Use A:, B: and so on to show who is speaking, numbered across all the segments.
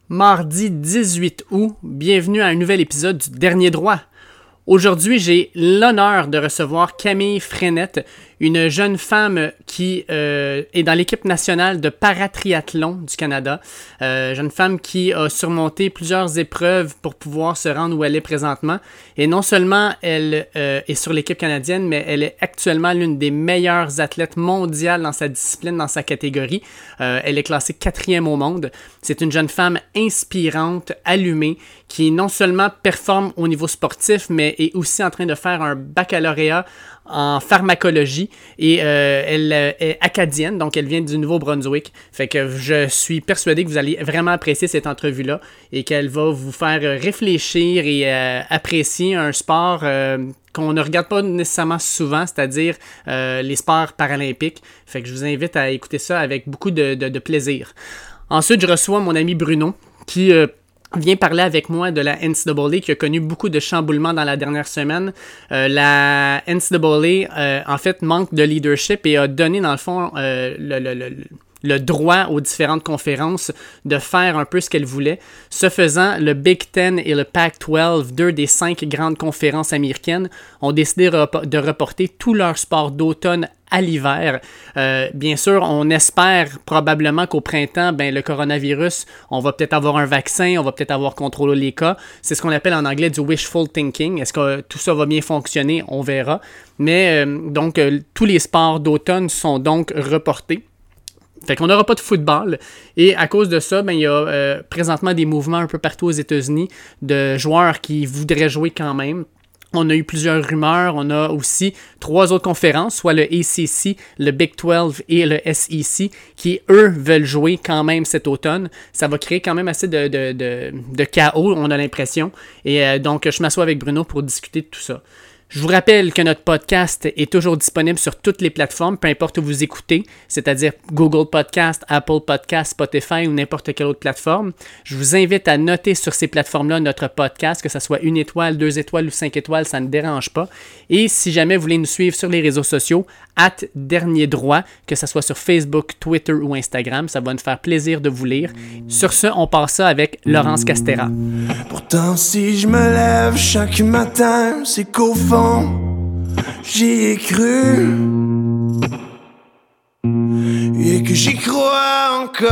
A: Mardi 18 août, bienvenue à un nouvel épisode du Dernier Droit. Aujourd'hui, j'ai l'honneur de recevoir Camille Frenette, une jeune femme qui est dans l'équipe nationale de paratriathlon du Canada. Jeune femme qui a surmonté plusieurs épreuves pour pouvoir se rendre où elle est présentement. Et non seulement elle est sur l'équipe canadienne, mais elle est actuellement l'une des meilleures athlètes mondiales dans sa discipline, dans sa catégorie. Elle est classée 4e au monde. C'est une jeune femme inspirante, allumée, qui non seulement performe au niveau sportif, mais est aussi en train de faire un baccalauréat en pharmacologie et elle est acadienne, donc elle vient du Nouveau-Brunswick. Fait que je suis persuadé que vous allez vraiment apprécier cette entrevue-là et qu'elle va vous faire réfléchir et apprécier un sport qu'on ne regarde pas nécessairement souvent, c'est-à-dire les sports paralympiques. Fait que je vous invite à écouter ça avec beaucoup de plaisir. Ensuite, je reçois mon ami Bruno qui vient parler avec moi de la NCAA qui a connu beaucoup de chamboulements dans la dernière semaine. La NCAA, en fait, manque de leadership et a donné, dans le fond, le droit aux différentes conférences de faire un peu ce qu'elles voulaient. Ce faisant, le Big Ten et le Pac-12, deux des 5 grandes conférences américaines, ont décidé de reporter tous leurs sports d'automne à l'hiver. Bien sûr, on espère probablement qu'au printemps, le coronavirus, on va peut-être avoir un vaccin, on va peut-être avoir contrôlé les cas. C'est ce qu'on appelle en anglais du wishful thinking. Est-ce que tout ça va bien fonctionner? On verra. Mais tous les sports d'automne sont donc reportés. Fait qu'on n'aura pas de football et à cause de ça, il y a présentement des mouvements un peu partout aux États-Unis de joueurs qui voudraient jouer quand même. On a eu plusieurs rumeurs, on a aussi 3 autres conférences, soit le ACC, le Big 12 et le SEC, qui eux veulent jouer quand même cet automne. Ça va créer quand même assez de chaos, on a l'impression. Et donc, je m'assois avec Bruno pour discuter de tout ça. Je vous rappelle que notre podcast est toujours disponible sur toutes les plateformes, peu importe où vous écoutez, c'est-à-dire Google Podcast, Apple Podcast, Spotify ou n'importe quelle autre plateforme. Je vous invite à noter sur ces plateformes-là notre podcast, que ce soit 1 étoile, 2 étoiles ou 5 étoiles, ça ne dérange pas. Et si jamais vous voulez nous suivre sur les réseaux sociaux, @dernierdroit, que ce soit sur Facebook, Twitter ou Instagram, ça va nous faire plaisir de vous lire. Sur ce, on part ça avec Laurence Castera.
B: Pourtant, si je me lève chaque matin, c'est qu'au fond, j'y ai cru et que j'y crois encore.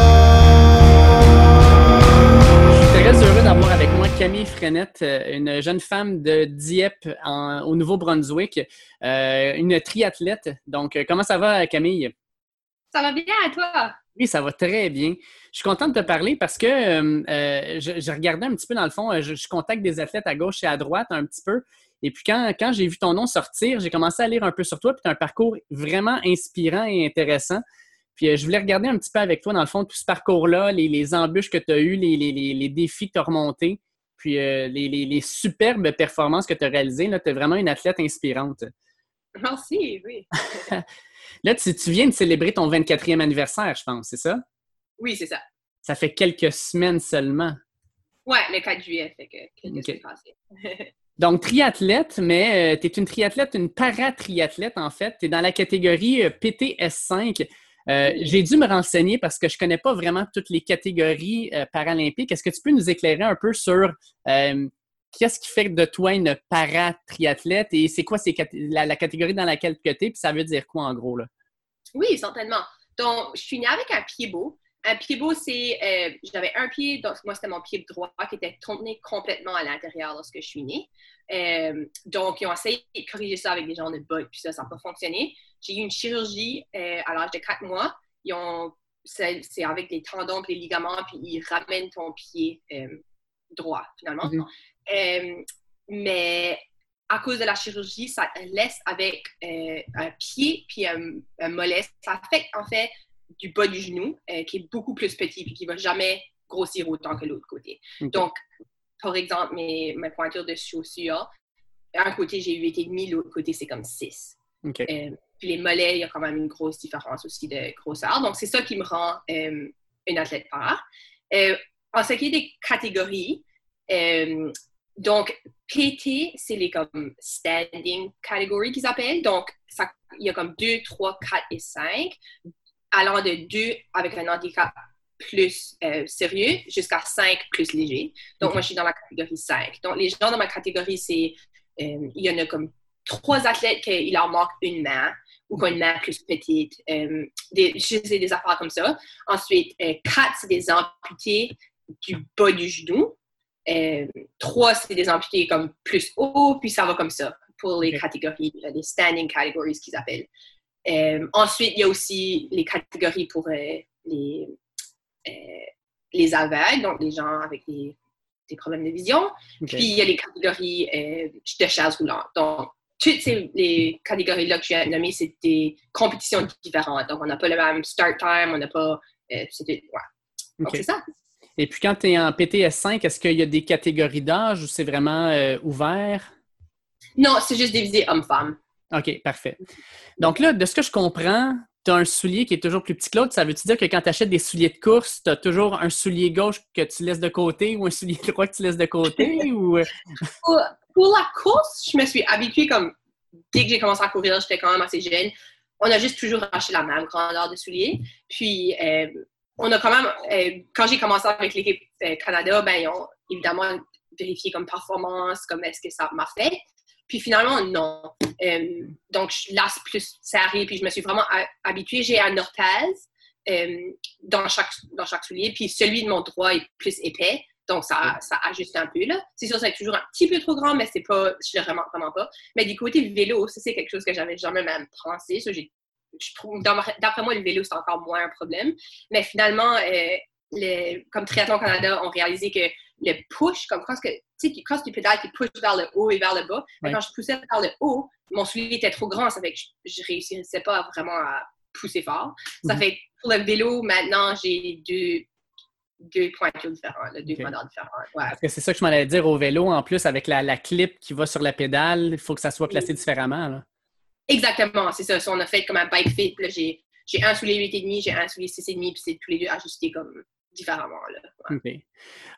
A: Je suis très heureux d'avoir avec moi Camille Frenette, une jeune femme de Dieppe au Nouveau-Brunswick, une triathlète. Donc, comment ça va, Camille?
C: Ça va bien à toi?
A: Oui, ça va très bien. Je suis content de te parler parce que je regardais un petit peu dans le fond, je contacte des athlètes à gauche et à droite un petit peu. Et puis quand j'ai vu ton nom sortir, j'ai commencé à lire un peu sur toi. Puis tu as un parcours vraiment inspirant et intéressant. Puis je voulais regarder un petit peu avec toi, dans le fond, tout ce parcours-là, les embûches que tu as eues, les défis que tu as remontés, puis les superbes performances que tu as réalisées. Tu es vraiment une athlète inspirante.
C: Merci, oui.
A: Là, tu viens de célébrer ton 24e anniversaire, je pense, c'est ça?
C: Oui, c'est ça.
A: Ça fait quelques semaines seulement.
C: Ouais, le 4 juillet, fait que quelques semaines passées.
A: Donc, triathlète, mais tu es une triathlète, une paratriathlète en fait. Tu es dans la catégorie PTS5. J'ai dû me renseigner parce que je ne connais pas vraiment toutes les catégories paralympiques. Est-ce que tu peux nous éclairer un peu sur qu'est-ce qui fait de toi une paratriathlète et c'est quoi la catégorie dans laquelle tu es, puis ça veut dire quoi en gros, là?
C: Oui, certainement. Donc, je suis née avec un pied beau. Un pied beau, c'est... j'avais un pied, donc moi, c'était mon pied droit qui était tourné complètement à l'intérieur lorsque je suis née. Donc, ils ont essayé de corriger ça avec des genres de bottes, puis ça n'a pas fonctionné. J'ai eu une chirurgie à l'âge de 4 mois. C'est avec des tendons et des ligaments, puis ils ramènent ton pied droit, finalement. Mais à cause de la chirurgie, ça laisse avec un pied puis un mollet. Ça affecte, en fait, du bas du genou, qui est beaucoup plus petit et qui ne va jamais grossir autant que l'autre côté. Okay. Donc, par exemple, mes pointures de chaussures, un côté, j'ai 8,5, l'autre côté, c'est comme 6. Okay. Puis les mollets, il y a quand même une grosse différence aussi de grosseur. Donc, c'est ça qui me rend une athlète para. En ce qui est des catégories, donc, PT, c'est les comme standing categories qu'ils appellent. Donc, il y a comme 2, 3, 4 et 5. Allant de 2 avec un handicap plus sérieux jusqu'à 5 plus léger. Donc, moi, je suis dans la catégorie 5. Donc, les gens dans ma catégorie, il y en a comme 3 athlètes qu'il leur manque une main ou qu'on une main plus petite. Des affaires comme ça. Ensuite, 4, c'est des amputés du bas du genou. 3, c'est des amputés comme plus haut, puis ça va comme ça pour les catégories, les standing categories qu'ils appellent. Ensuite, il y a aussi les catégories pour les aveugles, donc les gens avec des problèmes de vision. Puis, il y a les catégories de chaises roulantes. Donc, toutes les catégories-là que je viens de nommer, c'est des compétitions différentes. Donc, on n'a pas le même start time, on n'a pas... Donc, c'est ça.
A: Et puis, quand tu es en PTS 5, est-ce qu'il y a des catégories d'âge ou c'est vraiment ouvert?
C: Non, c'est juste divisé hommes-femmes.
A: OK, parfait. Donc là, de ce que je comprends, tu as un soulier qui est toujours plus petit que l'autre. Ça veut-tu dire que quand tu achètes des souliers de course, tu as toujours un soulier gauche que tu laisses de côté ou un soulier droit que tu laisses de côté? Ou...
C: Pour la course, je me suis habituée comme... Dès que j'ai commencé à courir, j'étais quand même assez jeune. On a juste toujours acheté la même grandeur de souliers. Puis, on a quand même... quand j'ai commencé avec l'équipe Canada, ben, ils ont évidemment vérifié comme performance, comme est-ce que ça m'a fait. Puis finalement, non. Donc, je laisse plus serré, puis je me suis vraiment habituée. J'ai un orthèse dans chaque soulier, puis celui de mon droit est plus épais, donc ça ajuste un peu, là. C'est sûr, c'est toujours un petit peu trop grand, mais c'est pas, je le remarque vraiment pas. Mais du côté vélo, ça, c'est quelque chose que j'avais jamais même pensé. Ça, je trouve, d'après moi, le vélo, c'est encore moins un problème. Mais finalement, comme Triathlon Canada, ont réalisé que le push, comme quand tu pédales, tu pushes vers le haut et vers le bas. Mais quand je poussais vers le haut, mon soulier était trop grand, ça fait que je réussissais pas vraiment à pousser fort. Ça fait que pour le vélo, maintenant, j'ai deux pointures différentes, deux pointeurs différents. Ouais.
A: Parce que c'est ça que je m'en allais dire au vélo, en plus, avec la clip qui va sur la pédale, il faut que ça soit placé différemment, là.
C: Exactement, c'est ça. On a fait comme un bike fit. Là, j'ai un soulier 8,5, j'ai un soulier 6,5, puis c'est tous les deux ajustés comme différemment. Là. Ouais.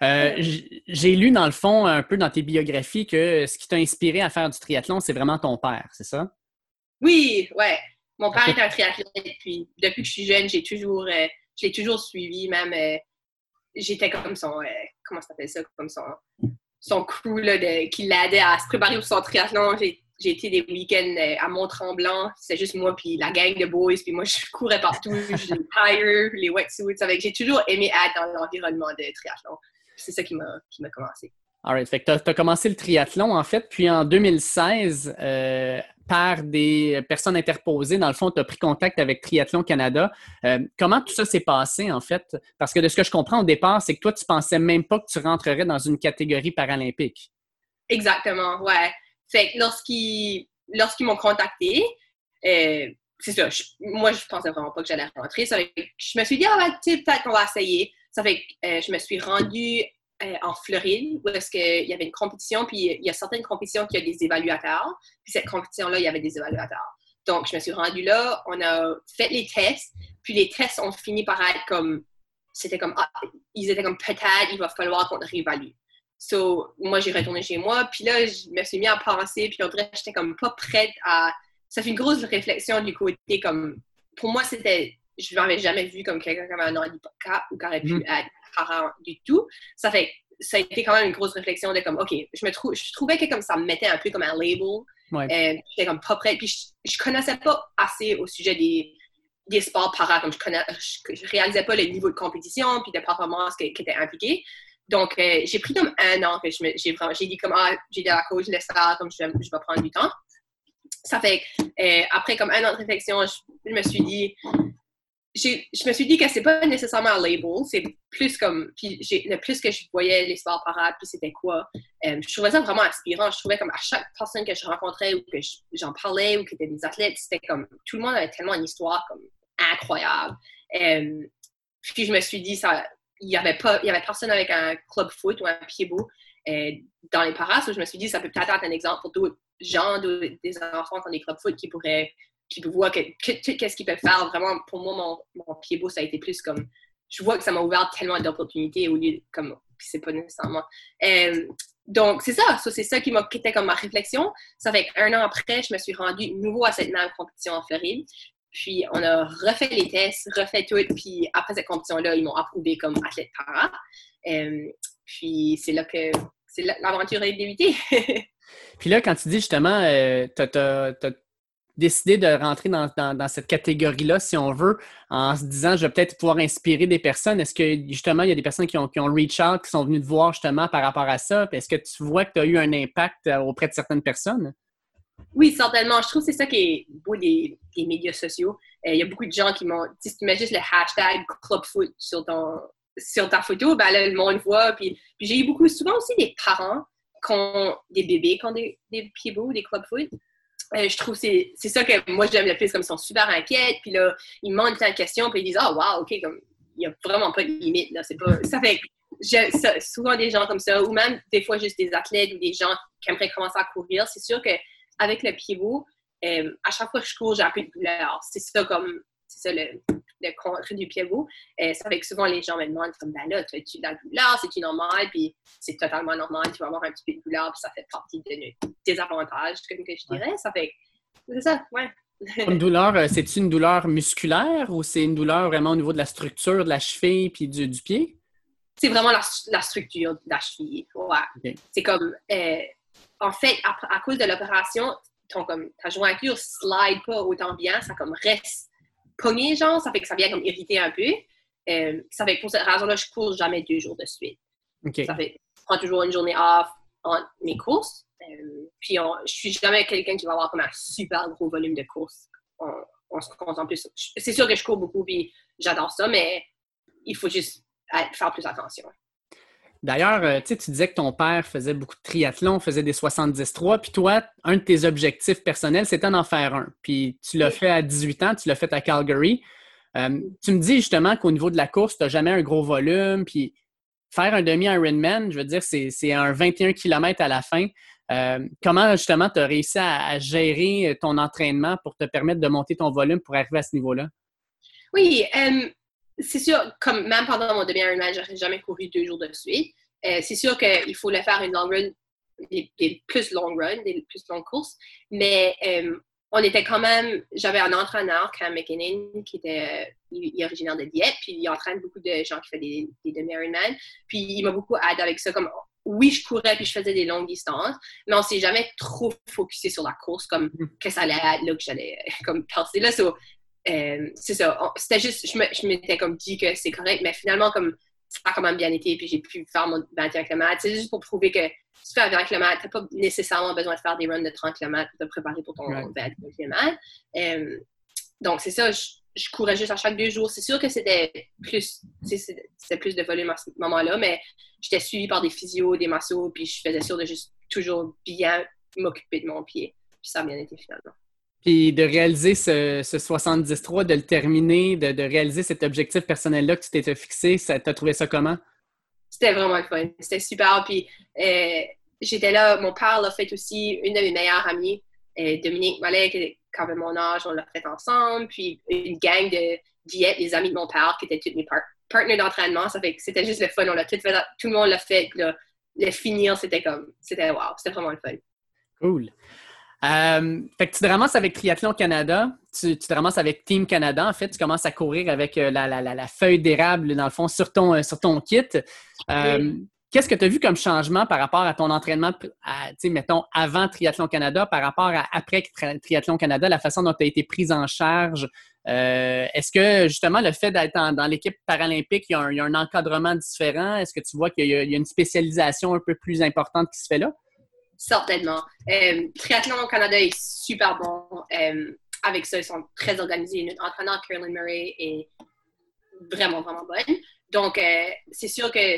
A: OK. J'ai lu, dans le fond, un peu dans tes biographies, que ce qui t'a inspiré à faire du triathlon, c'est vraiment ton père, c'est ça?
C: Oui, ouais. Mon père est un triathlète, puis depuis que je suis jeune, je l'ai toujours suivi, même j'étais comme son, comment ça s'appelle ça, comme son crew là, qui l'aidait à se préparer pour son triathlon. J'ai été des week-ends à Mont-Tremblant, c'est juste moi puis la gang de boys, puis moi je courais partout, les tires, les wetsuits, j'ai toujours aimé être dans l'environnement de triathlon. C'est ça qui m'a commencé.
A: Alright, fait que tu as commencé le triathlon en fait, puis en 2016, par des personnes interposées, dans le fond, tu as pris contact avec Triathlon Canada. Comment tout ça s'est passé en fait? Parce que de ce que je comprends au départ, c'est que toi, tu pensais même pas que tu rentrerais dans une catégorie paralympique.
C: Exactement, ouais. Fait que lorsqu'ils m'ont contacté, c'est ça, moi, je pensais vraiment pas que j'allais rentrer. Ça fait que je me suis dit, peut-être qu'on va essayer. Ça fait que je me suis rendue en Floride, où est-ce qu'il y avait une compétition, puis il y a certaines compétitions qui ont des évaluateurs, puis cette compétition-là, il y avait des évaluateurs. Donc, je me suis rendue là, on a fait les tests, puis les tests ont fini par être comme, ils étaient comme, peut-être, il va falloir qu'on réévalue. So, moi, j'ai retourné chez moi, puis là, je me suis mis à penser, puis on dirait que j'étais comme pas prête à... Ça fait une grosse réflexion du côté, comme... Pour moi, je n'avais jamais vu comme quelqu'un comme un handicap ou qui aurait pu être parent du tout. Ça a été quand même une grosse réflexion de comme, OK, je trouvais que comme ça me mettait un peu comme un label.
A: Ouais.
C: J'étais comme pas prête, puis je connaissais pas assez au sujet des sports para, comme je réalisais pas le niveau de compétition puis de performance qui était impliqué. Donc, j'ai pris comme 1 an que j'ai dit comme, j'ai de la coach, je laisse ça, comme je vais prendre du temps. Ça fait après comme 1 an de réflexion, je me suis dit que c'est pas nécessairement un label, c'est plus comme, puis le plus que je voyais les sports para, puis c'était quoi, je trouvais ça vraiment inspirant. Je trouvais comme à chaque personne que je rencontrais ou que j'en parlais ou qui étaient des athlètes, c'était comme, tout le monde avait tellement une histoire comme incroyable. Puis je me suis dit, il y avait personne avec un club foot ou un pied-beau dans les paras, où je me suis dit, ça peut peut-être être un exemple pour d'autres gens, des enfants qui ont des clubs foot qui voient qu'est-ce qu'ils peuvent faire. Vraiment, pour moi, mon pied-beau, ça a été plus comme, je vois que ça m'a ouvert tellement d'opportunités au lieu comme, c'est pas nécessairement. Donc, c'est ça. C'est ça qui était comme ma réflexion. Ça fait qu'1 an après, je me suis rendue nouveau à cette même compétition en Floride. Puis, on a refait les tests, refait tout. Puis, après cette compétition-là, ils m'ont approuvé comme athlète para. Puis, c'est là que l'aventure a débuté.
A: Puis là, quand tu dis justement, t'as décidé de rentrer dans cette catégorie-là, si on veut, en se disant, je vais peut-être pouvoir inspirer des personnes. Est-ce que justement, il y a des personnes qui ont reach out, qui sont venues te voir justement par rapport à ça? Puis est-ce que tu vois que tu as eu un impact auprès de certaines personnes?
C: Oui, certainement. Je trouve que c'est ça qui est beau des médias sociaux. Il y a beaucoup de gens qui m'ont... Si tu mets juste le hashtag clubfoot sur ta photo, ben là, le monde voit. Puis j'ai eu souvent aussi des parents des bébés qui ont des pieds beaux, des clubfoot. Je trouve que c'est ça que moi j'aime le plus, comme ils sont super inquiets, puis là, ils me demandent plein de questions, puis ils disent « Ah, wow, OK, comme il n'y a vraiment pas de limite, là, c'est pas... » Ça fait que souvent des gens comme ça, ou même des fois juste des athlètes ou des gens qui aimeraient commencer à courir, c'est sûr qu'avec le pied beau, à chaque fois que je cours, j'ai un peu de douleur. C'est ça le contre du pied beau. Ça fait que souvent les gens me demandent comme, ben là, as-tu de la douleur? C'est-tu normal? Puis c'est totalement normal, tu vas avoir un petit peu de douleur, puis ça fait partie de nos désavantages, comme que je dirais. Ça fait c'est ça, ouais.
A: Une douleur, c'est-tu une douleur musculaire ou c'est une douleur vraiment au niveau de la structure de la cheville puis du pied?
C: C'est vraiment la structure de la cheville, ouais. Okay. C'est comme, en fait, à cause de l'opération, ta jointure slide pas autant bien, ça comme reste pogné, genre, ça fait que ça vient comme irriter un peu. Ça fait que pour cette raison-là, je cours jamais 2 jours de suite.
A: Okay.
C: Ça fait je prends toujours une journée off entre mes courses. Puis je suis jamais quelqu'un qui va avoir comme un super gros volume de courses. On se concentre plus. C'est sûr que je cours beaucoup, puis j'adore ça, mais il faut juste faire plus attention.
A: D'ailleurs, tu disais que ton père faisait beaucoup de triathlon, faisait des 73, puis toi, un de tes objectifs personnels, c'était d'en faire un. Puis tu l'as fait à 18 ans, tu l'as fait à Calgary. Tu me dis justement qu'au niveau de la course, tu n'as jamais un gros volume, puis faire un demi-Ironman, je veux dire, c'est un 21 km à la fin. Comment justement tu as réussi à gérer ton entraînement pour te permettre de monter ton volume pour arriver à ce niveau-là?
C: Oui, c'est sûr, comme même pendant mon demi-Ironman, je n'aurais jamais couru 2 jours de suite. C'est sûr qu'il faut le faire une long run, des plus long runs, des plus longues courses. Mais on était quand même... J'avais un entraîneur, Cam McKinnon, qui était il est originaire de Dieppe, puis il entraîne beaucoup de gens qui font des demi-Ironman. Puis il m'a beaucoup aidé avec ça. Comme, oui, je courais, puis je faisais des longues distances, mais on ne s'est jamais trop focusé sur la course, comme que ça allait être là que j'allais comme percer. Là, c'est ça. C'était juste, je m'étais comme dit que c'est correct, mais finalement, comme ça a quand même bien été, puis j'ai pu faire mon 21 km. C'est juste pour prouver que si tu fais un 20 km, tu n'as pas nécessairement besoin de faire des runs de 30 km pour te préparer pour ton 21 km. Donc, c'est ça. Je courais juste à chaque 2 jours. C'est sûr que c'était plus de volume à ce moment-là, mais j'étais suivie par des physios, des massos, puis je faisais sûr de juste toujours bien m'occuper de mon pied. Puis ça a bien été finalement.
A: Puis de réaliser ce 73, de le terminer, de réaliser cet objectif personnel-là que tu t'étais fixé, t'as trouvé ça comment?
C: C'était vraiment le fun. C'était super. Puis j'étais là, mon père l'a fait aussi, une de mes meilleures amies, Dominique Mallet, qui avait mon âge, on l'a fait ensemble. Puis une gang de Dieppe, les amis de mon père, qui étaient tous mes partenaires d'entraînement. Ça fait que c'était juste le fun. On l'a tout fait, tout le monde l'a fait. Puis là, le finir, c'était wow. C'était vraiment le fun.
A: Cool. Fait que tu te ramasses avec Triathlon Canada, tu te ramasses avec Team Canada, en fait, tu commences à courir avec la feuille d'érable, dans le fond, sur ton kit. Qu'est-ce que tu as vu comme changement par rapport à ton entraînement, mettons, avant Triathlon Canada, par rapport à après Triathlon Canada, la façon dont tu as été prise en charge? Est-ce que, justement, le fait d'être dans l'équipe paralympique, il y a un encadrement différent? Est-ce que tu vois qu'il y a une spécialisation un peu plus importante qui se fait là?
C: Certainement. Triathlon Canada est super bon. Avec ça, ils sont très organisés. Notre entraîneur, Caroline Murray, est vraiment, vraiment bonne. Donc, c'est sûr que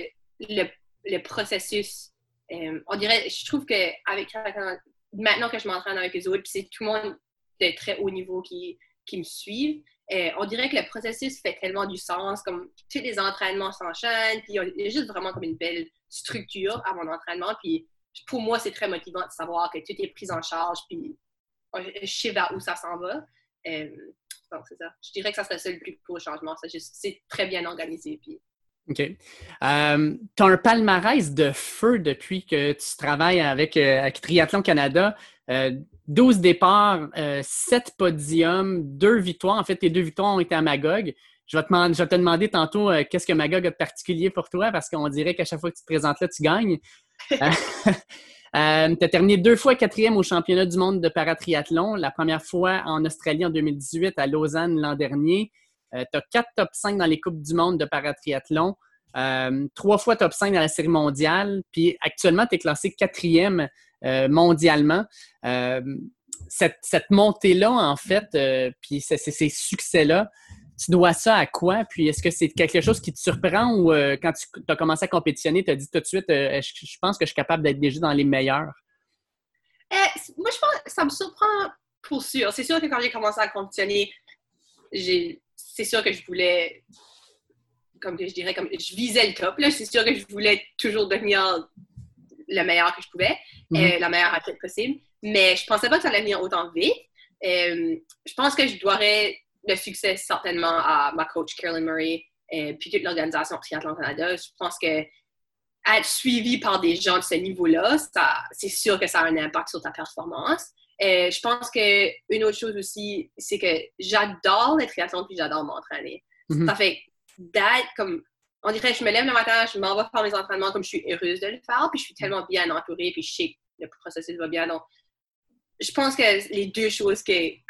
C: le processus, on dirait, je trouve qu'avec Triathlon, maintenant que je m'entraîne avec les autres, puis c'est tout le monde de très haut niveau qui me suivent, on dirait que le processus fait tellement du sens, comme tous les entraînements s'enchaînent, puis il y a juste vraiment comme une belle structure à mon entraînement, puis pour moi, c'est très motivant de savoir que tout est pris en charge, puis je sais vers où ça s'en va. Donc, c'est ça. Je dirais que ça serait ça le plus gros changement. C'est très bien organisé. Puis...
A: OK. Tu as un palmarès de feu depuis que tu travailles avec Triathlon Canada. 12 départs, 7 podiums, 2 victoires. En fait, tes 2 victoires ont été à Magog. Je vais te demander tantôt qu'est-ce que Magog a de particulier pour toi, parce qu'on dirait qu'à chaque fois que tu te présentes là, tu gagnes. Tu as terminé 2 fois 4e au championnat du monde de paratriathlon. La première fois en Australie en 2018, à Lausanne l'an dernier. Tu as 4 top 5 dans les Coupes du monde de paratriathlon. 3 fois top 5 dans la série mondiale. Puis actuellement, tu es classé 4e mondialement. Cette montée-là, en fait, puis ces succès-là, tu dois ça à quoi? Puis est-ce que c'est quelque chose qui te surprend ou quand tu as commencé à compétitionner, tu as dit tout de suite, je pense que je suis capable d'être déjà dans les meilleurs?
C: Moi, je pense que ça me surprend pour sûr. C'est sûr que quand j'ai commencé à compétitionner, c'est sûr que je voulais, comme que je dirais, comme je visais le top. Là. C'est sûr que je voulais toujours devenir le meilleur que je pouvais, la meilleure athlète possible. Mais je pensais pas que ça allait venir autant vite. Je pense que je doirais le succès certainement à ma coach Carolyn Murray puis toute l'organisation Triathlon Canada. Je pense que être suivi par des gens de ce niveau-là, c'est sûr que ça a un impact sur ta performance. Je pense qu'une autre chose aussi, c'est que j'adore le triathlon puis j'adore m'entraîner. Ça fait d'être comme, on dirait que je me lève le matin, je m'en vais faire mes entraînements comme je suis heureuse de le faire, puis je suis tellement bien entourée, puis je sais que le processus va bien. Donc, je pense que les deux choses qui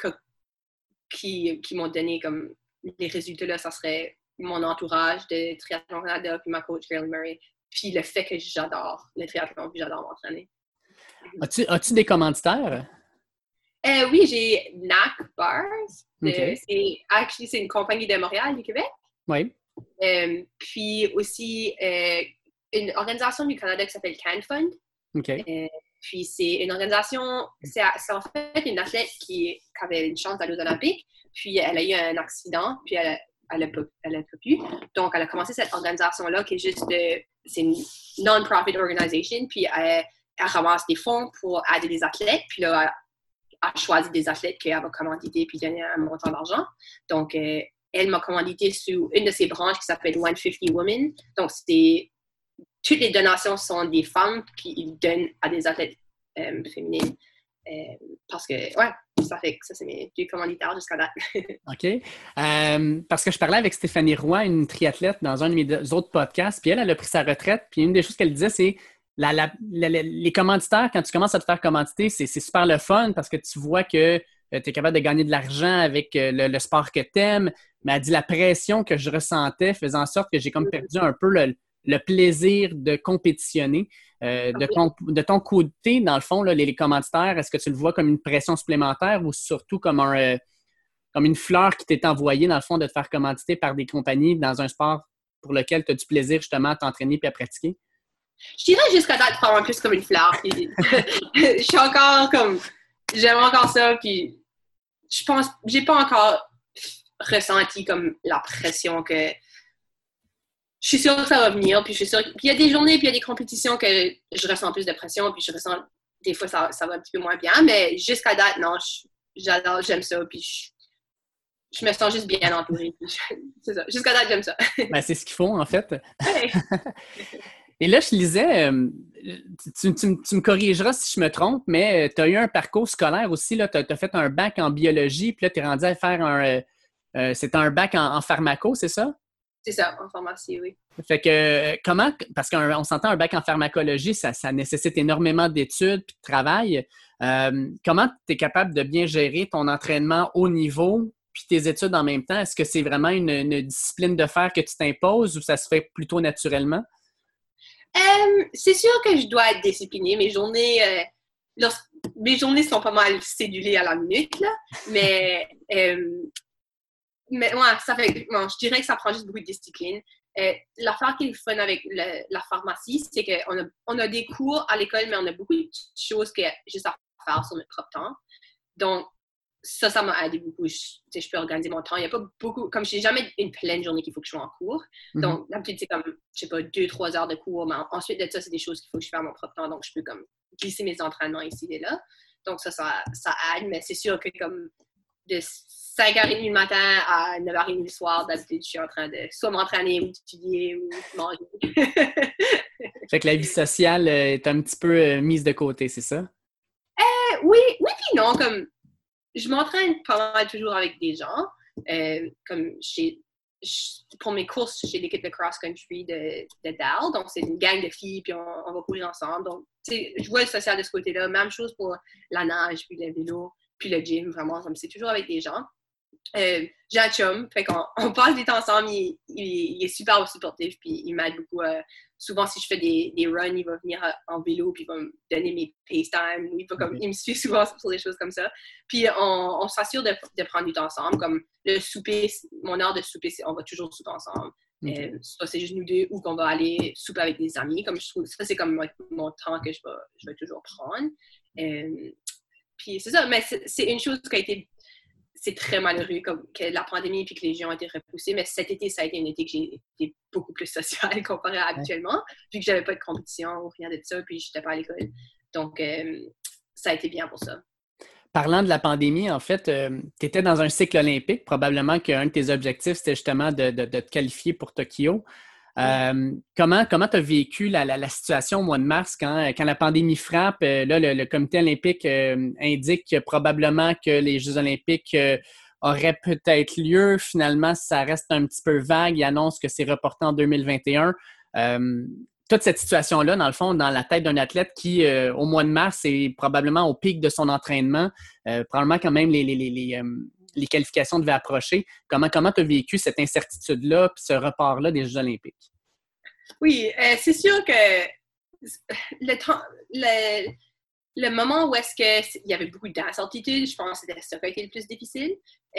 C: m'ont donné comme les résultats là, ça serait mon entourage de Triathlon Canada puis ma coach Carolyn Murray, puis le fait que j'adore le triathlon puis j'adore m'entraîner.
A: As-tu des commanditaires?
C: Oui, j'ai NAC Bars.
A: Okay.
C: C'est une compagnie de Montréal, du Québec.
A: Oui.
C: Puis aussi une organisation du Canada qui s'appelle Can Fund.
A: Okay.
C: Puis c'est une organisation, c'est en fait une athlète qui avait une chance d'aller aux Olympiques, puis elle a eu un accident, puis elle a pas pu. Donc, elle a commencé cette organisation-là qui est juste, c'est une non-profit organisation, puis elle ramasse des fonds pour aider les athlètes, puis là, elle a choisi des athlètes qu'elle va commanditer puis donner un montant d'argent. Donc, elle m'a commandité sous une de ses branches qui s'appelle 150 Women. Donc, toutes les donations sont des femmes qui donnent à des athlètes féminines. Parce que, ouais, ça fait que ça, c'est mes 2 commanditaires jusqu'à date.
A: OK. Parce que je parlais avec Stéphanie Roy, une triathlète, dans un de mes autres podcasts, puis elle a pris sa retraite, puis une des choses qu'elle disait, c'est les commanditaires, quand tu commences à te faire commanditer, c'est super le fun parce que tu vois que tu es capable de gagner de l'argent avec le sport que tu aimes, mais elle dit la pression que je ressentais faisait en sorte que j'ai comme perdu un peu le plaisir de compétitionner. De ton côté, dans le fond, là, les commanditaires, est-ce que tu le vois comme une pression supplémentaire ou surtout comme une fleur qui t'est envoyée, dans le fond, de te faire commanditer par des compagnies dans un sport pour lequel tu as du plaisir justement à t'entraîner et à pratiquer?
C: Je dirais jusqu'à date probablement plus comme une fleur. Puis, je suis encore comme, j'aime encore ça, puis je pense, j'ai pas encore ressenti comme la pression que je suis sûre que ça va venir, puis je suis sûre qu'il y a des journées, puis il y a des compétitions que je ressens plus de pression, puis je ressens, des fois, ça va un petit peu moins bien, mais jusqu'à date, non, j'adore, j'aime ça, puis je me sens juste bien entourée. C'est ça, jusqu'à date, j'aime ça.
A: Ben, c'est ce qu'il faut, en fait.
C: Ouais.
A: Et là, je lisais, tu me corrigeras si je me trompe, mais tu as eu un parcours scolaire aussi, tu as fait un bac en biologie, puis là, tu es rendu à faire c'est un bac en pharmaco, c'est ça?
C: C'est ça, en pharmacie, oui.
A: Fait que comment, parce qu'on s'entend un bac en pharmacologie, ça nécessite énormément d'études et de travail. Comment tu es capable de bien gérer ton entraînement haut niveau puis tes études en même temps? Est-ce que c'est vraiment une discipline de fer que tu t'imposes ou ça se fait plutôt naturellement?
C: C'est sûr que je dois être disciplinée. Mes journées sont pas mal cédulées à la minute, là. Mais ouais, je dirais que ça prend juste beaucoup de discipline. L'affaire qui est le fun avec la pharmacie, c'est qu'on a des cours à l'école, mais on a beaucoup de choses que juste à faire sur notre propre temps. Donc, ça m'a aidé beaucoup. Je peux organiser mon temps. Il n'y a pas beaucoup, comme je n'ai jamais une pleine journée qu'il faut que je sois en cours. Donc, d'habitude, c'est comme, je sais pas, 2-3 heures de cours. Mais ensuite de ça, c'est des choses qu'il faut que je fasse à mon propre temps. Donc, je peux comme glisser mes entraînements ici et là. Donc, ça aide. Mais c'est sûr que comme de 5h30 le matin à 9h30 le soir. D'habitude, je suis en train de soit m'entraîner ou d'étudier ou manger.
A: Fait que la vie sociale est un petit peu mise de côté, c'est ça?
C: Oui, puis non, comme je m'entraîne pas mal toujours avec des gens. Comme pour mes courses, j'ai l'équipe de cross-country de Dal, donc c'est une gang de filles, puis on va courir ensemble. Donc, je vois le social de ce côté-là. Même chose pour la nage, puis le vélo, puis le gym, vraiment, comme c'est toujours avec des gens. J'ai un chum, fait qu'on passe du temps ensemble, il est super supportif, puis il m'aide beaucoup. Souvent, si je fais des runs, il va venir en vélo, puis il va me donner mes pace time, il me suit souvent sur des choses comme ça. Puis on s'assure de prendre du temps ensemble, comme le souper, mon heure de souper, on va toujours souper ensemble. Okay. Ça, c'est juste nous deux, ou qu'on va aller souper avec des amis, comme je trouve, ça c'est comme mon temps que je vais toujours prendre. Puis c'est ça, mais c'est une chose qui a été... C'est très malheureux comme que la pandémie puis que les gens ont été repoussés, mais cet été, ça a été un été que j'ai été beaucoup plus sociale comparé à habituellement, vu que j'avais pas de compétition ou rien de ça, puis j'étais pas à l'école. Donc, ça a été bien pour ça.
A: Parlant de la pandémie, en fait, tu étais dans un cycle olympique. Probablement qu'un de tes objectifs, c'était justement de te qualifier pour Tokyo. Comment tu as vécu la situation au mois de mars quand la pandémie frappe? Là, le comité olympique indique probablement que les Jeux olympiques auraient peut-être lieu. Finalement, ça reste un petit peu vague. Il annonce que c'est reporté en 2021. Toute cette situation-là, dans le fond, dans la tête d'un athlète qui, au mois de mars, est probablement au pic de son entraînement, probablement quand même les qualifications devaient approcher. Comment tu as vécu cette incertitude-là puis ce report-là des Jeux olympiques?
C: Oui, c'est sûr que le moment où est-ce qu'il y avait beaucoup d'incertitudes, je pense que c'était ça qui a été le plus difficile.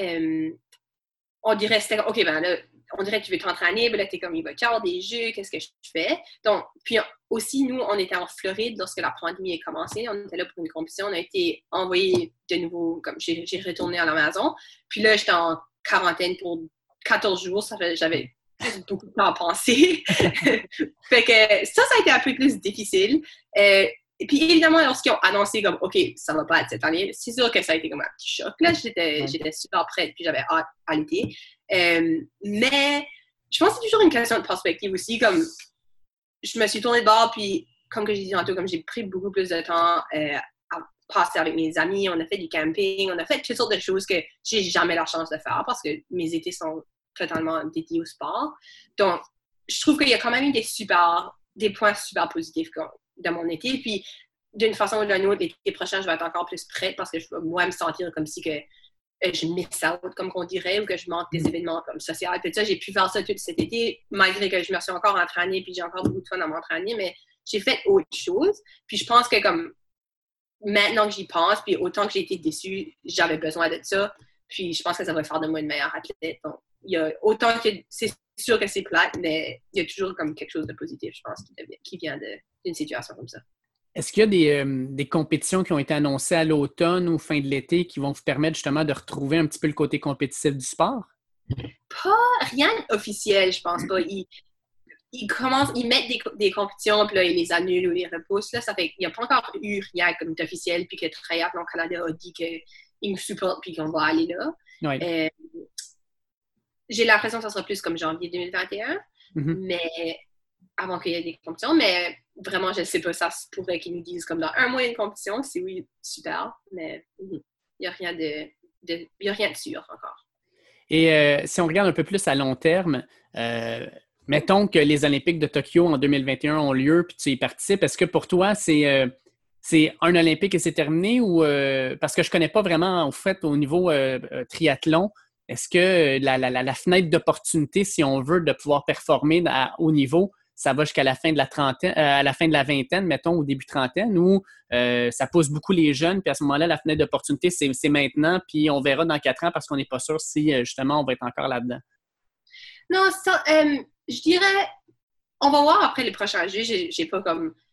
C: On dirait que c'était OK, ben là, on dirait que tu veux t'entraîner, ben là, t'es comme, il va y avoir des jeux, qu'est-ce que je fais? Donc, puis aussi, nous, on était en Floride lorsque la pandémie a commencé, on était là pour une compétition, on a été envoyés de nouveau, comme j'ai retourné à la maison, puis là, j'étais en quarantaine pour 14 jours, j'avais beaucoup de temps à penser. Fait que ça a été un peu plus difficile. Et puis évidemment, lorsqu'ils ont annoncé comme OK, ça va pas être cette année, c'est sûr que ça a été comme un petit choc. Là, j'étais super prête, puis j'avais hâte à l'été. Mais je pense que c'est toujours une question de perspective aussi. Comme je me suis tournée de bord, puis comme que j'ai dit tantôt, comme j'ai pris beaucoup plus de temps à passer avec mes amis, on a fait du camping, on a fait toutes sortes de choses que j'ai jamais la chance de faire parce que mes étés sont totalement dédiés au sport. Donc, je trouve qu'il y a quand même eu des points super positifs de mon été. Puis, d'une façon ou d'une autre, l'été prochain, je vais être encore plus prête parce que je vais, moi, me sentir comme si que je miss out, comme qu'on dirait, ou que je manque des événements comme sociaux. Puis ça, j'ai pu faire ça tout cet été, malgré que je me suis encore entraînée, puis j'ai encore beaucoup de fun à m'entraîner, mais j'ai fait autre chose. Puis je pense que comme maintenant que j'y pense, puis autant que j'ai été déçue, j'avais besoin de ça. Puis je pense que ça va faire de moi une meilleure athlète. Donc, il y a autant que c'est sûr que c'est plate, mais il y a toujours comme quelque chose de positif, je pense, qui vient d'une situation comme ça.
A: Est-ce qu'il y a des compétitions qui ont été annoncées à l'automne ou fin de l'été qui vont vous permettre justement de retrouver un petit peu le côté compétitif du sport?
C: Rien d'officiel, je pense pas. Ils mettent des compétitions, puis là, ils les annulent ou les repoussent. Là, ça fait qu'il n'y a pas encore eu rien comme d'officiel, puis que Triathlon Canada a dit qu'ils nous supportent, puis qu'on va aller là.
A: Oui.
C: J'ai l'impression que ça sera plus comme janvier 2021, mais avant qu'il y ait des compétitions, mais vraiment, je ne sais pas, ça se pourrait qu'ils nous disent comme dans un mois une compétition, c'est oui, super, mais il n'y a rien de sûr encore.
A: Et si on regarde un peu plus à long terme, mettons que les Olympiques de Tokyo en 2021 ont lieu, puis tu y participes, est-ce que pour toi, c'est un Olympique et c'est terminé ou parce que je ne connais pas vraiment, en fait, au niveau triathlon, est-ce que la fenêtre d'opportunité, si on veut, de pouvoir performer à haut niveau, ça va jusqu'à la fin de la trentaine, à la fin de la vingtaine, mettons, au début trentaine, ou ça pousse beaucoup les jeunes, puis à ce moment-là, la fenêtre d'opportunité, c'est maintenant, puis on verra dans 4 ans parce qu'on n'est pas sûr si, justement, on va être encore là-dedans.
C: Non, ça, je dirais, on va voir après les prochains jeux. Je suis pas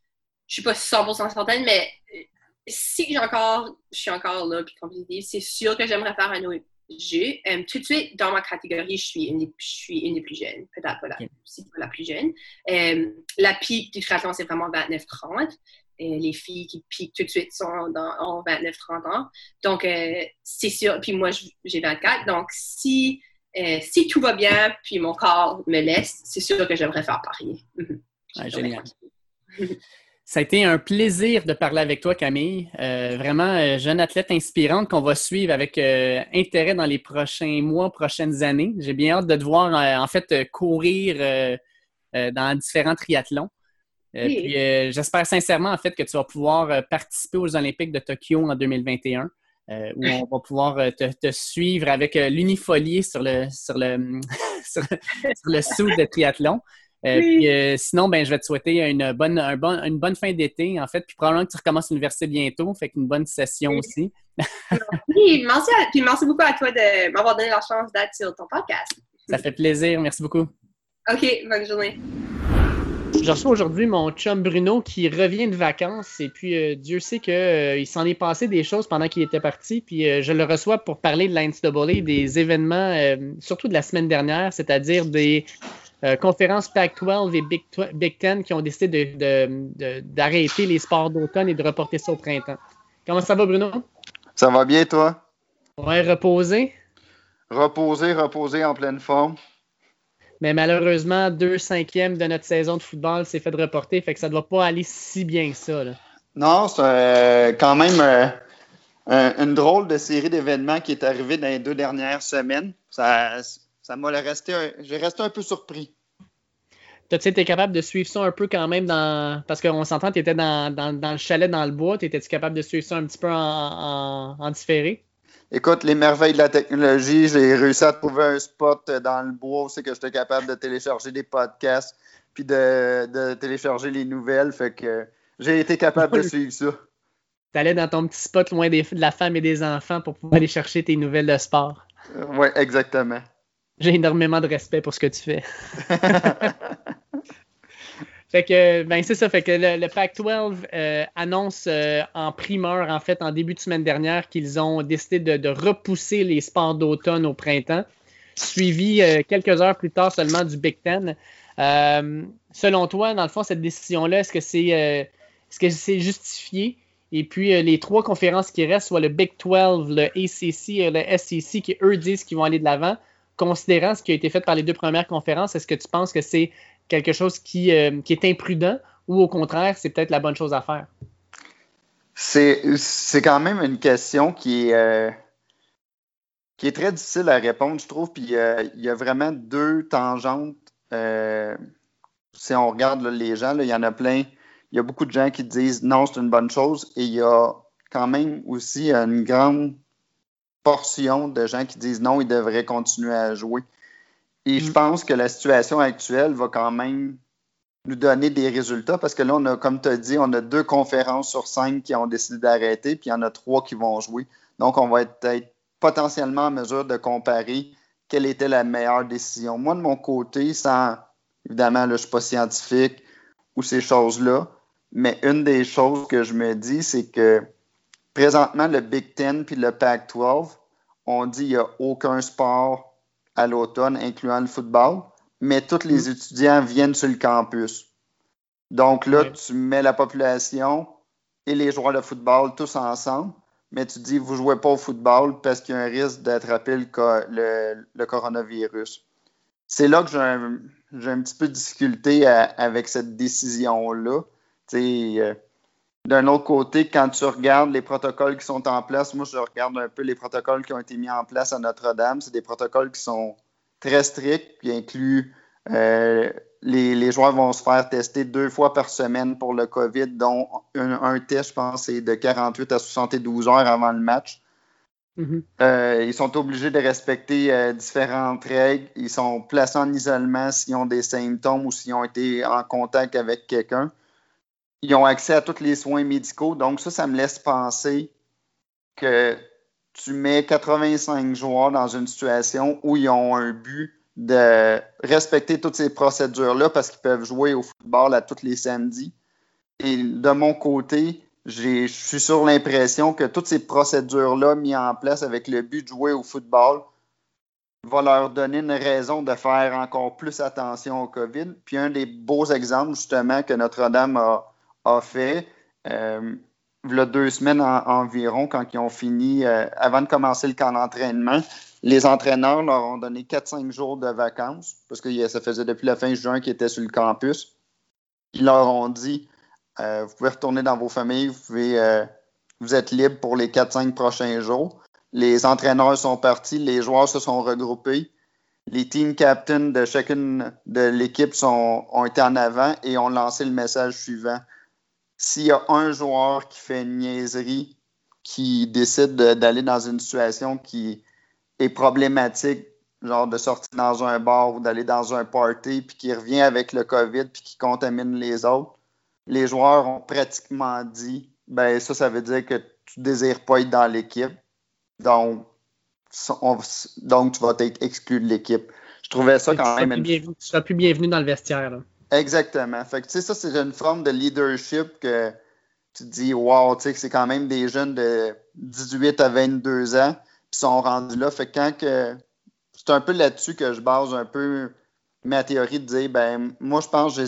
C: 100% certaine, mais si je suis encore là, puis compétitive, c'est sûr que j'aimerais faire un autre jeu. Tout de suite, dans ma catégorie, je suis une des plus jeunes. Peut-être pas la plus jeune. La pique du triathlon, c'est vraiment 29-30. les filles qui piquent tout de suite ont 29-30 ans. Donc, c'est sûr. Puis moi, j'ai 24. Donc, si tout va bien, puis mon corps me laisse, c'est sûr que j'aimerais faire pareil.
A: Génial. Ça a été un plaisir de parler avec toi, Camille. Vraiment, jeune athlète inspirante qu'on va suivre avec intérêt dans les prochains mois, prochaines années. J'ai bien hâte de te voir, courir dans différents triathlons.
C: Oui.
A: Puis j'espère sincèrement, en fait, que tu vas pouvoir participer aux Olympiques de Tokyo en 2021, où on va pouvoir te suivre avec l'unifolié sur le sur le suit de triathlon.
C: Oui.
A: Puis, sinon, je vais te souhaiter une bonne fin d'été, en fait. Puis probablement que tu recommences l'université bientôt. Fait qu'une bonne session aussi.
C: Oui, merci beaucoup à toi de m'avoir donné la chance d'être sur ton podcast.
A: Ça fait plaisir. Merci beaucoup.
C: OK, bonne journée.
A: Je reçois aujourd'hui mon chum Bruno qui revient de vacances. Et puis, Dieu sait qu'il s'en est passé des choses pendant qu'il était parti. Puis, je le reçois pour parler de la NCAA, des événements, surtout de la semaine dernière, c'est-à-dire des conférences Pac-12 et Big Ten qui ont décidé d'arrêter les sports d'automne et de reporter ça au printemps. Comment ça va, Bruno?
D: Ça va bien, toi?
A: Ouais, reposé.
D: Reposé en pleine forme.
A: Mais malheureusement, 2/5 de notre saison de football s'est fait reporter, fait que ça ne doit pas aller si bien que ça, là.
D: Non, c'est quand même une drôle de série d'événements qui est arrivée dans les 2 dernières semaines. J'ai resté un peu surpris.
A: T'as-tu été capable de suivre ça un peu quand même parce qu'on s'entend, tu étais dans le chalet dans le bois, étais-tu capable de suivre ça un petit peu en différé?
D: Écoute, les merveilles de la technologie, j'ai réussi à trouver un spot dans le bois où c'est que j'étais capable de télécharger des podcasts puis de télécharger les nouvelles. Fait que j'ai été capable de suivre ça.
A: T'allais dans ton petit spot loin de la femme et des enfants pour pouvoir aller chercher tes nouvelles de sport.
D: Oui, exactement.
A: J'ai énormément de respect pour ce que tu fais. Fait que, c'est ça. Fait que le Pac-12 annonce en primeur, en fait, en début de semaine dernière, qu'ils ont décidé de repousser les sports d'automne au printemps, suivi quelques heures plus tard seulement du Big Ten. Selon toi, dans le fond, cette décision-là, est-ce que c'est justifié? Et puis, les 3 conférences qui restent, soit le Big 12, le ACC et le SEC, qui, eux, disent qu'ils vont aller de l'avant, considérant ce qui a été fait par les 2 premières conférences, est-ce que tu penses que c'est quelque chose qui est imprudent ou au contraire, c'est peut-être la bonne chose à faire?
D: C'est quand même une question qui est très difficile à répondre, je trouve. Puis il y a vraiment 2 tangentes. Si on regarde là, les gens, là, il y en a plein. Il y a beaucoup de gens qui disent non, c'est une bonne chose. Et il y a quand même aussi une grande portion de gens qui disent non, ils devraient continuer à jouer. Et je pense que la situation actuelle va quand même nous donner des résultats parce que là, on a, comme tu as dit, on a 2 conférences sur 5 qui ont décidé d'arrêter, puis il y en a 3 qui vont jouer. Donc, on va être potentiellement en mesure de comparer quelle était la meilleure décision. Moi, de mon côté, évidemment, là, je ne suis pas scientifique ou ces choses-là, mais une des choses que je me dis, c'est que présentement, le Big Ten puis le Pac-12, on dit qu'il n'y a aucun sport à l'automne, incluant le football, mais tous les étudiants viennent sur le campus. Donc là, tu mets la population et les joueurs de football tous ensemble, mais tu dis vous ne jouez pas au football parce qu'il y a un risque d'attraper le coronavirus. C'est là que j'ai un petit peu de difficulté avec cette décision-là. D'un autre côté, quand tu regardes les protocoles qui sont en place, moi, je regarde un peu les protocoles qui ont été mis en place à Notre-Dame. C'est des protocoles qui sont très stricts, qui incluent les joueurs vont se faire tester 2 fois par semaine pour le COVID, dont un test, je pense, c'est de 48 à 72 heures avant le match. Mm-hmm. Ils sont obligés de respecter différentes règles. Ils sont placés en isolement s'ils ont des symptômes ou s'ils ont été en contact avec quelqu'un. Ils ont accès à tous les soins médicaux. Donc ça me laisse penser que tu mets 85 joueurs dans une situation où ils ont un but de respecter toutes ces procédures-là parce qu'ils peuvent jouer au football à tous les samedis. Et de mon côté, je suis sur l'impression que toutes ces procédures-là mises en place avec le but de jouer au football va leur donner une raison de faire encore plus attention au COVID. Puis un des beaux exemples, justement, que Notre-Dame a fait, il y a 2 semaines environ, quand ils ont fini, avant de commencer le camp d'entraînement, les entraîneurs leur ont donné 4-5 jours de vacances, parce que ça faisait depuis la fin juin qu'ils étaient sur le campus. Ils leur ont dit, vous pouvez retourner dans vos familles, vous êtes libres pour les 4-5 prochains jours. Les entraîneurs sont partis, les joueurs se sont regroupés. Les team captains de chacune de l'équipe ont été en avant et ont lancé le message suivant. S'il y a un joueur qui fait une niaiserie, qui décide d'aller dans une situation qui est problématique, genre de sortir dans un bar ou d'aller dans un party, puis qui revient avec le COVID, puis qui contamine les autres, les joueurs ont pratiquement dit, ben ça veut dire que tu ne désires pas être dans l'équipe, donc tu vas être exclu de l'équipe. Je trouvais ça quand même...
A: Tu seras plus bienvenu dans le vestiaire, là.
D: Exactement. Fait que, ça, c'est une forme de leadership que tu te dis, wow, tu sais, que c'est quand même des jeunes de 18 à 22 ans qui sont rendus là. Fait que c'est un peu là-dessus que je base un peu ma théorie de dire, ben, moi, je pense que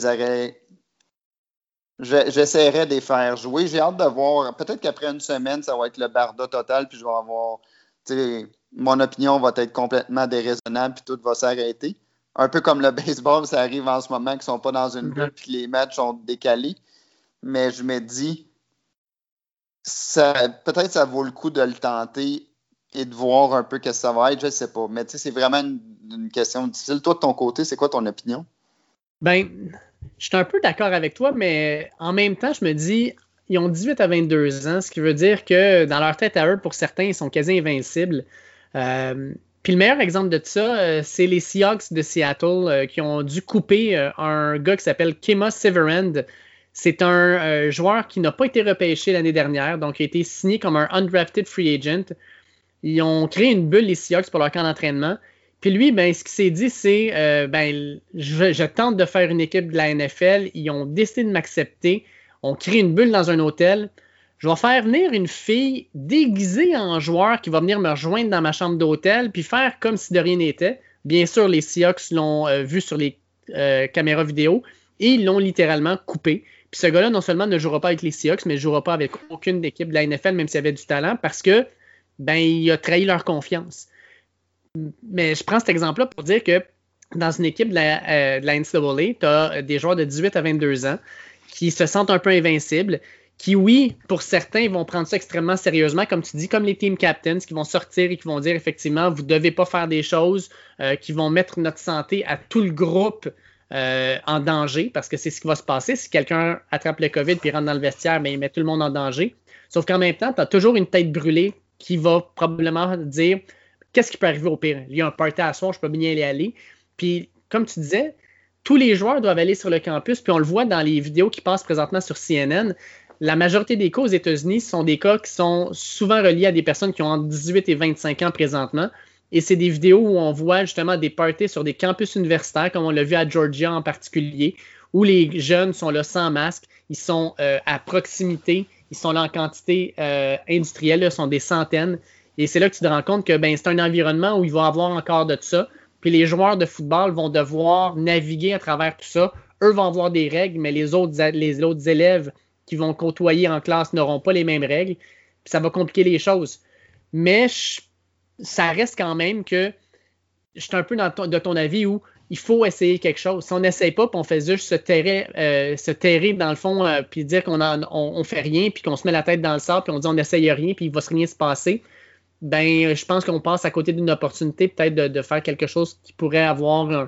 D: j'essaierai de les faire jouer. J'ai hâte de voir. Peut-être qu'après une semaine, ça va être le barda total, puis je vais avoir, tu sais, mon opinion va être complètement déraisonnable, puis tout va s'arrêter. Un peu comme le baseball, ça arrive en ce moment qu'ils ne sont pas dans une bulle, puis les matchs sont décalés. Mais je me dis, peut-être ça vaut le coup de le tenter et de voir un peu ce que ça va être, je ne sais pas. Mais tu sais, c'est vraiment une question difficile. Toi, de ton côté, c'est quoi ton opinion?
A: Ben, je suis un peu d'accord avec toi, mais en même temps, je me dis, ils ont 18 à 22 ans, ce qui veut dire que dans leur tête à eux, pour certains, ils sont quasi invincibles. Puis le meilleur exemple de ça, c'est les Seahawks de Seattle qui ont dû couper un gars qui s'appelle Kemah Severand. C'est un joueur qui n'a pas été repêché l'année dernière, donc il a été signé comme un undrafted free agent. Ils ont créé une bulle, les Seahawks, pour leur camp d'entraînement. Puis lui, ben, ce qu'il s'est dit, c'est je tente de faire une équipe de la NFL. Ils ont décidé de m'accepter. On crée une bulle dans un hôtel. Je vais faire venir une fille déguisée en joueur qui va venir me rejoindre dans ma chambre d'hôtel puis faire comme si de rien n'était. Bien sûr, les Seahawks l'ont vu sur les caméras vidéo et ils l'ont littéralement coupé. Puis ce gars-là, non seulement ne jouera pas avec les Seahawks, mais ne jouera pas avec aucune équipe de la NFL, même s'il avait du talent, parce que il a trahi leur confiance. Mais je prends cet exemple-là pour dire que dans une équipe de la NCAA, tu as des joueurs de 18 à 22 ans qui se sentent un peu invincibles, qui, oui, pour certains, vont prendre ça extrêmement sérieusement, comme tu dis, comme les team captains, qui vont sortir et qui vont dire, effectivement, vous ne devez pas faire des choses qui vont mettre notre santé à tout le groupe en danger, parce que c'est ce qui va se passer. Si quelqu'un attrape le COVID et rentre dans le vestiaire, il met tout le monde en danger. Sauf qu'en même temps, tu as toujours une tête brûlée qui va probablement dire, qu'est-ce qui peut arriver au pire? Il y a un party à soir, je peux bien y aller. Puis, comme tu disais, tous les joueurs doivent aller sur le campus, puis on le voit dans les vidéos qui passent présentement sur CNN. La majorité des cas aux États-Unis sont des cas qui sont souvent reliés à des personnes qui ont entre 18 et 25 ans présentement. Et c'est des vidéos où on voit justement des parties sur des campus universitaires, comme on l'a vu à Georgia en particulier, où les jeunes sont là sans masque, ils sont à proximité, ils sont là en quantité industrielle, là, sont des centaines. Et c'est là que tu te rends compte que c'est un environnement où il va y avoir encore de ça. Puis les joueurs de football vont devoir naviguer à travers tout ça. Eux vont avoir des règles, mais les autres élèves qui vont côtoyer en classe n'auront pas les mêmes règles. Puis ça va compliquer les choses. Mais ça reste quand même que je suis un peu de ton avis où il faut essayer quelque chose. Si on n'essaye pas, puis on fait juste se terrer dans le fond, puis dire qu'on fait rien, puis qu'on se met la tête dans le sable, puis on dit on n'essaye rien, puis il va rien se passer, je pense qu'on passe à côté d'une opportunité peut-être de faire quelque chose qui pourrait avoir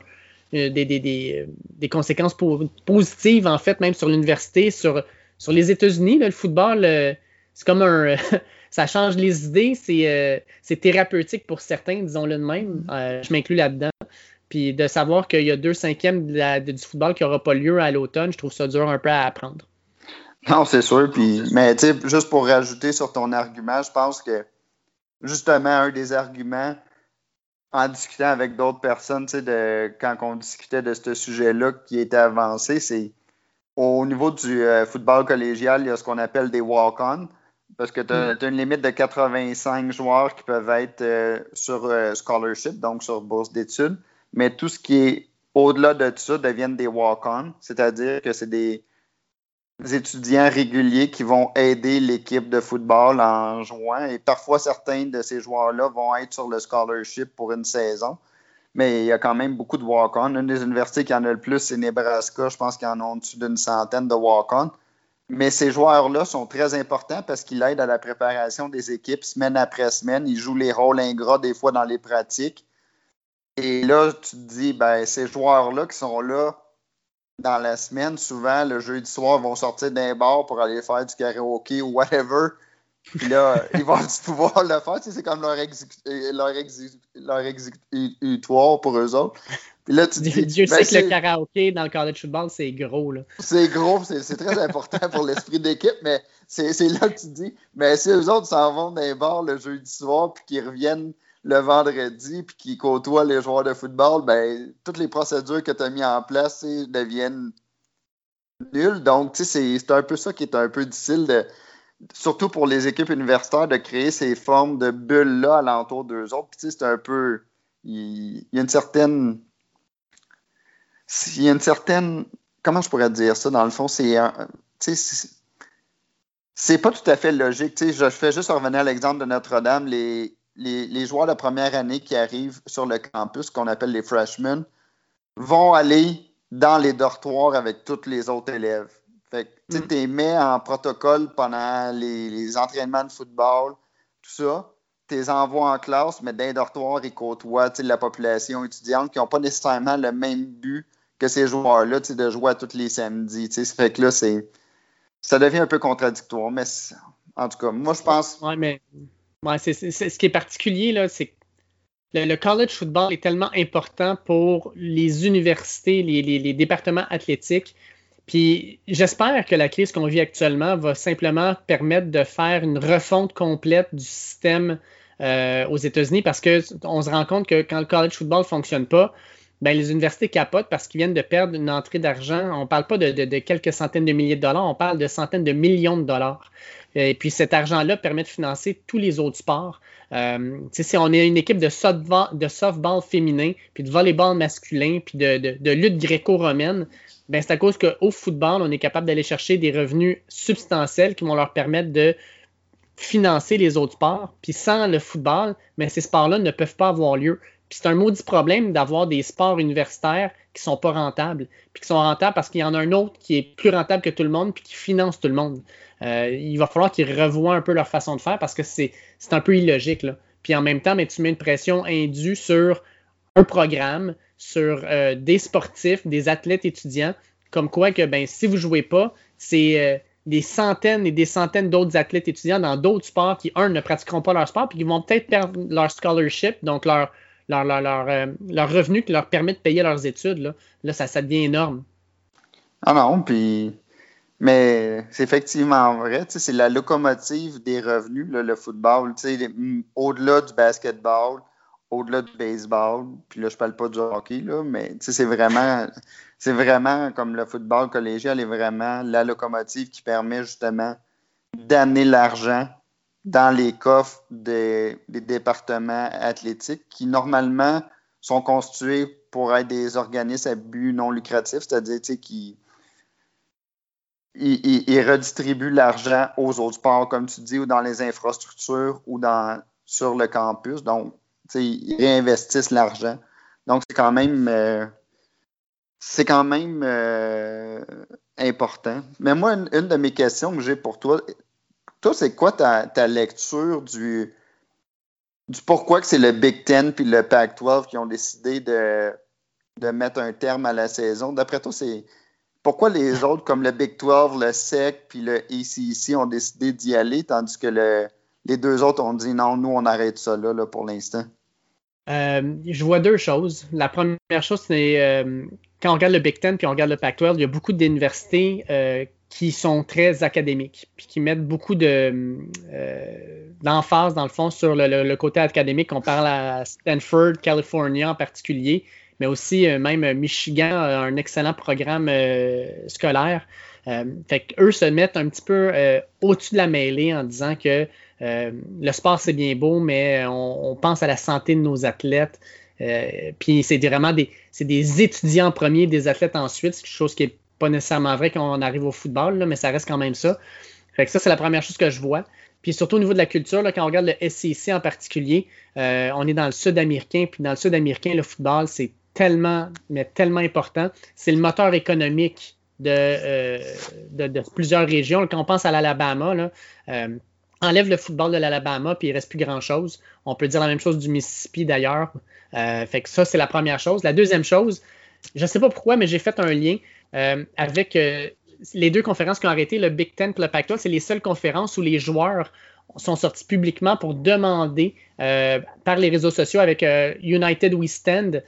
A: des conséquences positives, en fait, même sur l'université, sur les États-Unis. Là, le football, c'est comme ça change les idées, c'est thérapeutique pour certains, disons-le de même. Je m'inclus là-dedans. Puis de savoir qu'il y a 2/5 du football qui n'aura pas lieu à l'automne, je trouve ça dur un peu à apprendre.
D: Non, c'est sûr. Mais tu sais, juste pour rajouter sur ton argument, je pense que justement, un des arguments, en discutant avec d'autres personnes, tu sais, quand on discutait de ce sujet-là qui était avancé, c'est au niveau du football collégial, il y a ce qu'on appelle des walk-on, parce que tu as une limite de 85 joueurs qui peuvent être sur scholarship, donc sur bourse d'études, mais tout ce qui est au-delà de ça deviennent des walk-on, c'est-à-dire que c'est des étudiants réguliers qui vont aider l'équipe de football en jouant. Et parfois, certains de ces joueurs-là vont être sur le scholarship pour une saison. Mais il y a quand même beaucoup de walk-on. Une des universités qui en a le plus, c'est Nebraska. Je pense qu'ils en ont au-dessus d'une centaine de walk-on. Mais ces joueurs-là sont très importants parce qu'ils aident à la préparation des équipes semaine après semaine. Ils jouent les rôles ingrats des fois dans les pratiques. Et là, tu te dis, ben, ces joueurs-là qui sont là dans la semaine, souvent, le jeudi soir, vont sortir d'un bar pour aller faire du karaoké ou whatever. Puis là, ils vont pouvoir le faire. Tu sais, c'est comme leur exécutoire pour eux autres. Puis là, tu te dis,
A: Dieu sait que le karaoké dans le college football, c'est gros. Là.
D: C'est gros, c'est très important pour l'esprit d'équipe, mais c'est là que tu te dis, mais si eux autres s'en vont d'un bar le jeudi soir puis qu'ils reviennent le vendredi puis qu'ils côtoient les joueurs de football, ben toutes les procédures que tu as mis en place deviennent nulles. Donc, tu sais, c'est un peu ça qui est un peu difficile, surtout pour les équipes universitaires, de créer ces formes de bulles-là alentour d'eux autres. Puis, tu sais, c'est un peu... Il y a une certaine... Comment je pourrais dire ça? Dans le fond, c'est pas tout à fait logique. Tu sais, je fais juste revenir à l'exemple de Notre-Dame. Les joueurs de première année qui arrivent sur le campus, qu'on appelle les freshmen, vont aller dans les dortoirs avec tous les autres élèves. Fait que tu les mets en protocole pendant les entraînements de football, tout ça. Tu les envoies en classe, mais dans les dortoirs, ils côtoient la population étudiante qui n'ont pas nécessairement le même but que ces joueurs-là, de jouer à tous les samedis. Ça fait que là, ça devient un peu contradictoire. Mais en tout cas, moi, je pense...
A: Oui, mais c'est ce qui est particulier, là, c'est que le college football est tellement important pour les universités, les départements athlétiques. Puis j'espère que la crise qu'on vit actuellement va simplement permettre de faire une refonte complète du système aux États-Unis parce qu'on se rend compte que quand le college football ne fonctionne pas, ben, les universités capotent parce qu'ils viennent de perdre une entrée d'argent. On ne parle pas de quelques centaines de milliers de dollars, on parle de centaines de millions de dollars. Et puis cet argent-là permet de financer tous les autres sports. Si on est une équipe de softball féminin, puis de volleyball masculin, puis de lutte gréco-romaine, ben c'est à cause qu'au football, on est capable d'aller chercher des revenus substantiels qui vont leur permettre de financer les autres sports. Puis sans le football, ben ces sports-là ne peuvent pas avoir lieu. Puis c'est un maudit problème d'avoir des sports universitaires qui ne sont pas rentables. Puis qui sont rentables parce qu'il y en a un autre qui est plus rentable que tout le monde puis qui finance tout le monde. Il va falloir qu'ils revoient un peu leur façon de faire parce que c'est un peu illogique. Là. Puis en même temps, ben, tu mets une pression indue sur un programme, sur des sportifs, des athlètes étudiants, comme quoi que ben, si vous ne jouez pas, c'est des centaines et des centaines d'autres athlètes étudiants dans d'autres sports qui, ne pratiqueront pas leur sport puis qui vont peut-être perdre leur scholarship, donc leur revenu qui leur permet de payer leurs études. Là ça devient énorme.
D: Ah non, puis... Mais c'est effectivement vrai. C'est la locomotive des revenus, là, le football. Au-delà du basketball, au-delà du baseball, puis là, je parle pas du hockey, là, mais c'est vraiment comme le football collégial est vraiment la locomotive qui permet justement d'amener l'argent dans les coffres des départements athlétiques qui, normalement, sont constitués pour être des organismes à but non lucratif, c'est-à-dire qui redistribuent l'argent aux autres sports, comme tu dis, ou dans les infrastructures ou sur le campus. Donc, ils réinvestissent l'argent. Donc, c'est quand même important. Mais moi, une de mes questions que j'ai pour toi, c'est quoi ta lecture du pourquoi que c'est le Big Ten puis le Pac-12 qui ont décidé de mettre un terme à la saison? D'après toi, c'est pourquoi les autres, comme le Big 12, le SEC puis le ACC, ont décidé d'y aller, tandis que les deux autres ont dit non, nous, on arrête ça là pour l'instant?
A: Je vois deux choses. La première chose, c'est quand on regarde le Big Ten puis on regarde le Pac-12, il y a beaucoup d'universités qui sont très académiques puis qui mettent beaucoup d'emphase, dans le fond, sur le côté académique. On parle à Stanford, Californie en particulier, mais aussi même Michigan a un excellent programme scolaire. Fait qu'eux se mettent un petit peu au-dessus de la mêlée en disant que le sport, c'est bien beau, mais on pense à la santé de nos athlètes. Puis c'est vraiment des étudiants en premier, des athlètes ensuite. C'est quelque chose qui est pas nécessairement vrai quand on arrive au football, là, mais ça reste quand même ça. Fait que ça, c'est la première chose que je vois. Puis surtout au niveau de la culture, là, quand on regarde le SEC en particulier, on est dans le sud-américain, puis dans le sud-américain, le football, c'est tellement, mais tellement important. C'est le moteur économique de plusieurs régions. Quand on pense à l'Alabama, là, enlève le football de l'Alabama, puis il ne reste plus grand-chose. On peut dire la même chose du Mississippi, d'ailleurs. Fait que ça, c'est la première chose. La deuxième chose, je ne sais pas pourquoi, mais j'ai fait un lien avec les deux conférences qui ont arrêté, le Big Ten et le Pac-12. C'est les seules conférences où les joueurs sont sortis publiquement pour demander par les réseaux sociaux avec United We Stand,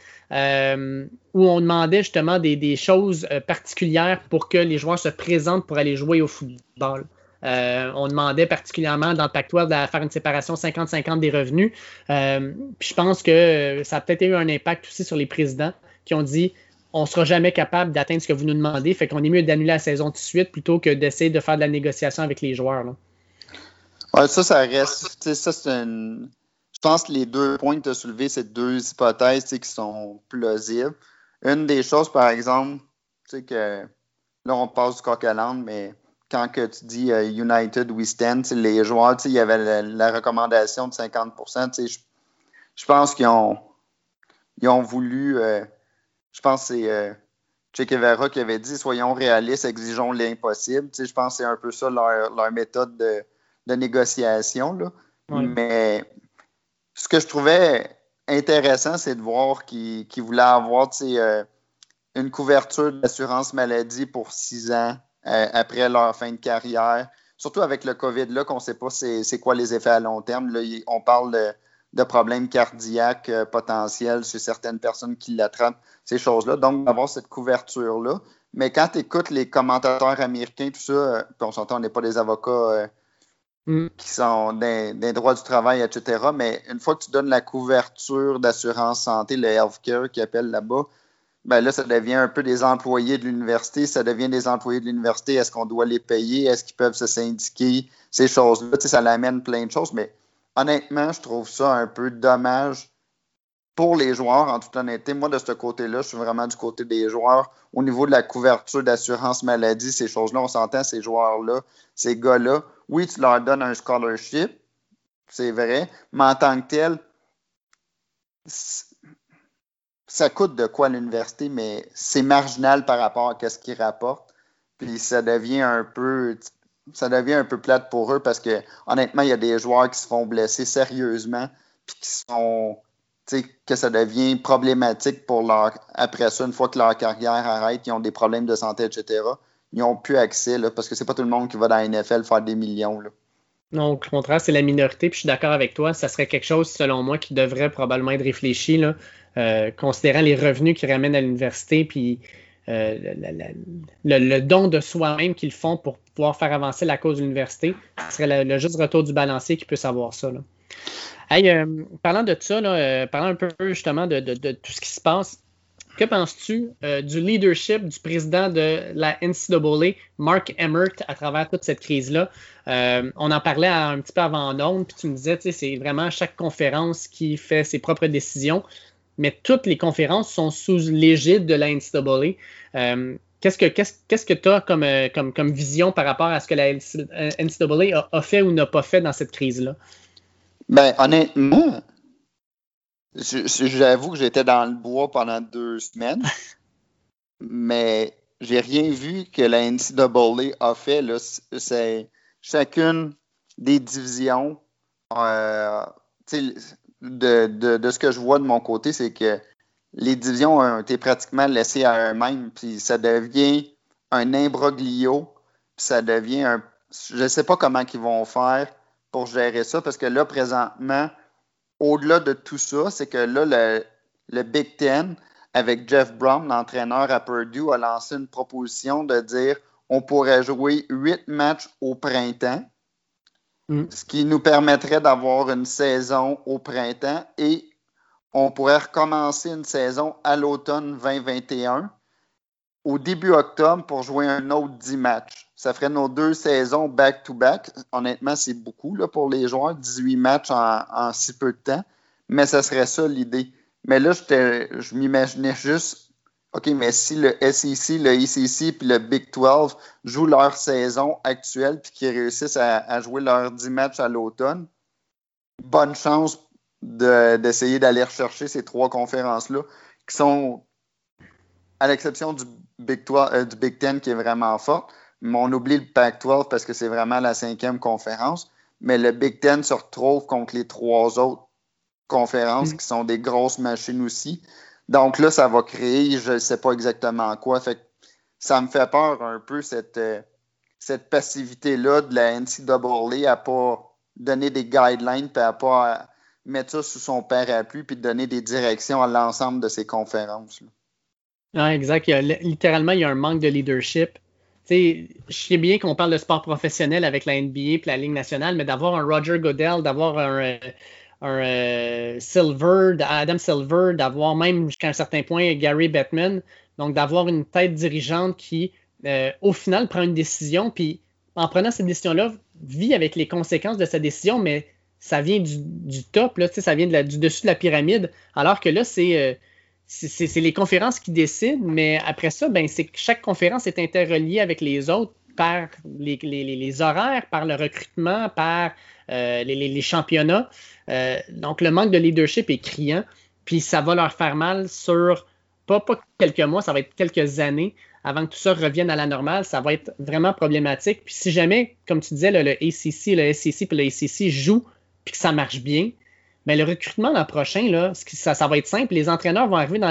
A: où on demandait justement des choses particulières pour que les joueurs se présentent pour aller jouer au football. On demandait particulièrement dans le Pac-12 de faire une séparation 50-50 des revenus. Puis je pense que ça a peut-être eu un impact aussi sur les présidents qui ont dit on ne sera jamais capable d'atteindre ce que vous nous demandez, fait qu'on est mieux d'annuler la saison tout de suite plutôt que d'essayer de faire de la négociation avec les joueurs. Là.
D: Ouais, ça reste. Ça, c'est une. Je pense que les 2 points que tu as soulevés, c'est 2 hypothèses qui sont plausibles. Une des choses, par exemple, tu sais que là, on passe du coq à l'âne, mais quand que tu dis United We Stand, les joueurs, il y avait la recommandation de 50%. Je pense qu'ils ont voulu. Je pense que c'est Che Guevara qui avait dit soyons réalistes, exigeons l'impossible. Je pense que c'est un peu ça leur méthode de négociation. Là.
A: Ouais.
D: Mais ce que je trouvais intéressant, c'est de voir qu'ils voulaient avoir une couverture d'assurance maladie pour 6 ans après leur fin de carrière. Surtout avec le COVID, là, qu'on ne sait pas c'est quoi les effets à long terme. Là, on parle de problèmes cardiaques potentiels chez certaines personnes qui l'attrapent, ces choses-là. Donc, d'avoir cette couverture-là. Mais quand tu écoutes les commentateurs américains, tout ça, puis on s'entend, on n'est pas des avocats qui sont des droits du travail, etc. Mais une fois que tu donnes la couverture d'assurance santé, le healthcare qu'ils appellent là-bas, ben là, ça devient un peu des employés de l'université. Ça devient des employés de l'université. Est-ce qu'on doit les payer? Est-ce qu'ils peuvent se syndiquer? Ces choses-là, ça l'amène plein de choses. Mais honnêtement, je trouve ça un peu dommage pour les joueurs, en toute honnêteté. Moi, de ce côté-là, je suis vraiment du côté des joueurs. Au niveau de la couverture d'assurance maladie, ces choses-là, on s'entend, ces joueurs-là, ces gars-là, oui, tu leur donnes un scholarship, c'est vrai, mais en tant que tel, ça coûte de quoi à l'université, mais c'est marginal par rapport à ce qu'ils rapportent. Puis ça devient un peu plate pour eux parce que, honnêtement, il y a des joueurs qui se font blesser sérieusement puis que ça devient problématique pour après ça, une fois que leur carrière arrête, ils ont des problèmes de santé, etc. Ils n'ont plus accès, là, parce que c'est pas tout le monde qui va dans la NFL faire des millions. Là.
A: Non, au contraire, c'est la minorité, puis je suis d'accord avec toi. Ça serait quelque chose, selon moi, qui devrait probablement être réfléchi, là, considérant les revenus qu'ils ramènent à l'université, puis le don de soi-même qu'ils font pour pouvoir faire avancer la cause de l'université. Ce serait le juste retour du balancier qui peut savoir ça. Là. Hey, parlant de ça, là, parlant un peu justement de tout ce qui se passe, que penses-tu du leadership du président de la NCAA, Mark Emmert, à travers toute cette crise-là? On en parlait un petit peu avant en ondes, puis tu me disais, c'est vraiment chaque conférence qui fait ses propres décisions, mais toutes les conférences sont sous l'égide de la NCAA. Qu'est-ce que tu as comme vision par rapport à ce que la NCAA a fait ou n'a pas fait dans cette crise-là?
D: Ben, honnêtement, j'avoue que j'étais dans le bois pendant 2 semaines, mais j'ai rien vu que la NCAA a fait. Là, c'est chacune des divisions. De ce que je vois de mon côté, c'est que les divisions ont été pratiquement laissées à eux-mêmes, puis ça devient un imbroglio, puis ça devient je ne sais pas comment ils vont faire pour gérer ça, parce que là, présentement, au-delà de tout ça, c'est que là, le Big Ten, avec Jeff Brown, l'entraîneur à Purdue, a lancé une proposition de dire on pourrait jouer 8 matchs au printemps, ce qui nous permettrait d'avoir une saison au printemps et on pourrait recommencer une saison à l'automne 2021 au début octobre pour jouer un autre 10 matchs. Ça ferait nos 2 saisons back-to-back. Honnêtement, c'est beaucoup là, pour les joueurs, 18 matchs en si peu de temps, mais ça serait ça l'idée. Mais là, je m'imaginais juste OK, mais si le SEC, le ACC puis le Big 12 jouent leur saison actuelle puis qu'ils réussissent à jouer leurs 10 matchs à l'automne, bonne chance d'essayer d'aller rechercher ces 3 conférences-là qui sont, à l'exception du Big 12, du Big 10 qui est vraiment forte, mais on oublie le Pac-12 parce que c'est vraiment la 5e conférence, mais le Big 10 se retrouve contre les 3 autres conférences qui sont des grosses machines aussi. Donc là, ça va créer, je ne sais pas exactement quoi. Fait que ça me fait peur un peu, cette passivité-là de la NCAA à ne pas donner des guidelines et à ne pas mettre ça sous son parapluie puis de donner des directions à l'ensemble de ces conférences.
A: Ah, exact. Littéralement, il y a un manque de leadership. Je sais bien qu'on parle de sport professionnel avec la NBA et la Ligue nationale, mais d'avoir un Roger Goodell, d'avoir un Adam Silver, d'avoir même jusqu'à un certain point Gary Bettman, donc d'avoir une tête dirigeante qui, au final, prend une décision, puis en prenant cette décision-là, vit avec les conséquences de sa décision, mais ça vient du top, là, ça vient du dessus de la pyramide, alors que là, c'est les conférences qui décident, mais après ça, c'est que chaque conférence est interreliée avec les autres par les horaires, par le recrutement, par les championnats. Donc, le manque de leadership est criant, puis ça va leur faire mal sur pas quelques mois, ça va être quelques années avant que tout ça revienne à la normale. Ça va être vraiment problématique. Puis si jamais, comme tu disais, le ACC, le SEC puis le ACC jouent puis que ça marche bien, mais le recrutement l'an prochain, là, ça va être simple. Les entraîneurs vont arriver dans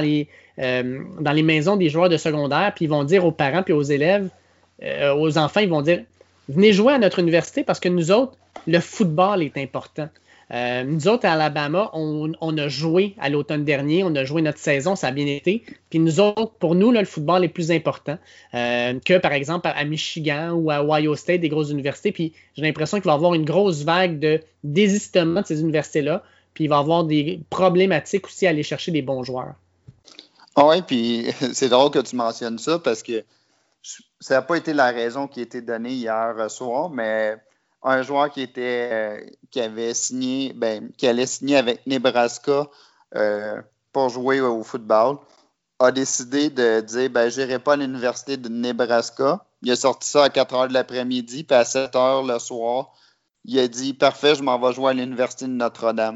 A: les maisons des joueurs de secondaire, puis ils vont dire aux parents puis aux élèves, aux enfants, ils vont dire « Venez jouer à notre université parce que nous autres, le football est important. » Nous autres, à Alabama, on a joué à l'automne dernier, on a joué notre saison, ça a bien été. Puis nous autres, pour nous, là, le football est plus important que, par exemple, à Michigan ou à Ohio State, des grosses universités. Puis j'ai l'impression qu'il va y avoir une grosse vague de désistement de ces universités-là. Puis il va y avoir des problématiques aussi à aller chercher des bons joueurs.
D: Ah oui, puis c'est drôle que tu mentionnes ça parce que ça n'a pas été la raison qui a été donnée hier soir, mais un joueur qui avait signé, qui allait signer avec Nebraska pour jouer au football, a décidé de dire je n'irai pas à l'université de Nebraska. Il a sorti ça à 4 heures de l'après-midi, puis à 7 heures le soir, il a dit parfait, je m'en vais jouer à l'université de Notre-Dame.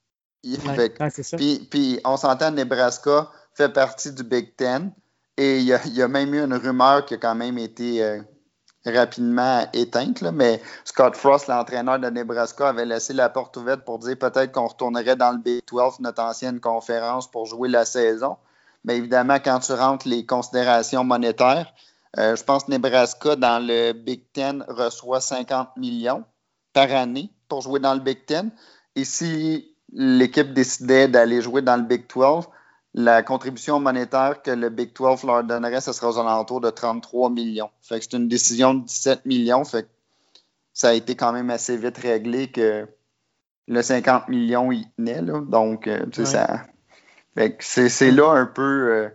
A: C'est ça.
D: Puis on s'entend, Nebraska fait partie du Big Ten et il y a même eu une rumeur qui a quand même été rapidement éteinte, là, mais Scott Frost, l'entraîneur de Nebraska, avait laissé la porte ouverte pour dire peut-être qu'on retournerait dans le Big 12, notre ancienne conférence, pour jouer la saison. Mais évidemment, quand tu rentres les considérations monétaires, je pense que Nebraska, dans le Big Ten, reçoit 50 millions par année pour jouer dans le Big Ten. Et si l'équipe décidait d'aller jouer dans le Big 12, la contribution monétaire que le Big 12 leur donnerait, ce serait aux alentours de 33 millions. Fait que c'est une décision de 17 millions. Fait que ça a été quand même assez vite réglé que le 50 millions, il tenait. Là. Donc, ça. Fait que c'est là un peu.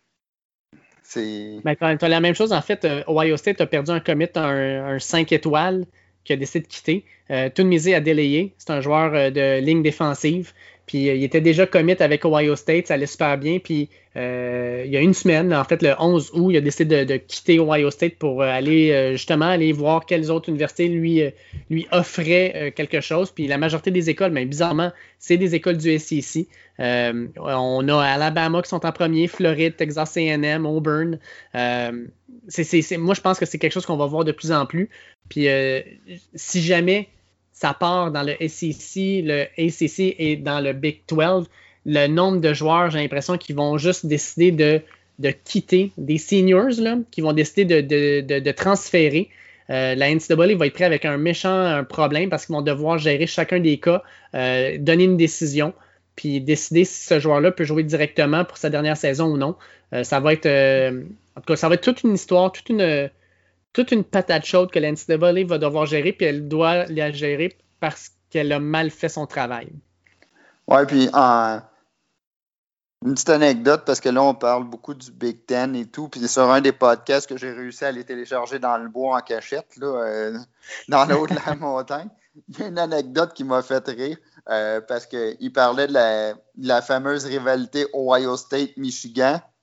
A: Tu as la même chose. En fait, Ohio State a perdu un commit, un 5 étoiles qui a décidé de quitter. Tunmisé a délayé. C'est un joueur de ligne défensive. Puis il était déjà commit avec Ohio State, ça allait super bien. Puis il y a une semaine, en fait le 11 août, il a décidé de quitter Ohio State pour aller voir quelles autres universités lui offraient quelque chose. Puis la majorité des écoles, mais bizarrement, c'est des écoles du SEC. On a Alabama qui sont en premier, Floride, Texas A&M, Auburn. Moi, je pense que c'est quelque chose qu'on va voir de plus en plus. Puis si jamais ça part dans le SEC, le ACC et dans le Big 12, le nombre de joueurs, j'ai l'impression qu'ils vont juste décider de quitter, des seniors, là, qui vont décider de transférer. La NCAA va être prête avec un méchant problème parce qu'ils vont devoir gérer chacun des cas, donner une décision, puis décider si ce joueur-là peut jouer directement pour sa dernière saison ou non. Ça va être en tout cas, ça va être toute une histoire, toute une patate chaude que la NCAA va devoir gérer, puis elle doit la gérer parce qu'elle a mal fait son travail.
D: Oui, puis une petite anecdote, parce que là, on parle beaucoup du Big Ten et tout, puis sur un des podcasts que j'ai réussi à aller télécharger dans le bois en cachette, là, dans le haut de la montagne, il y a une anecdote qui m'a fait rire, parce qu'il parlait de la fameuse rivalité Ohio State-Michigan,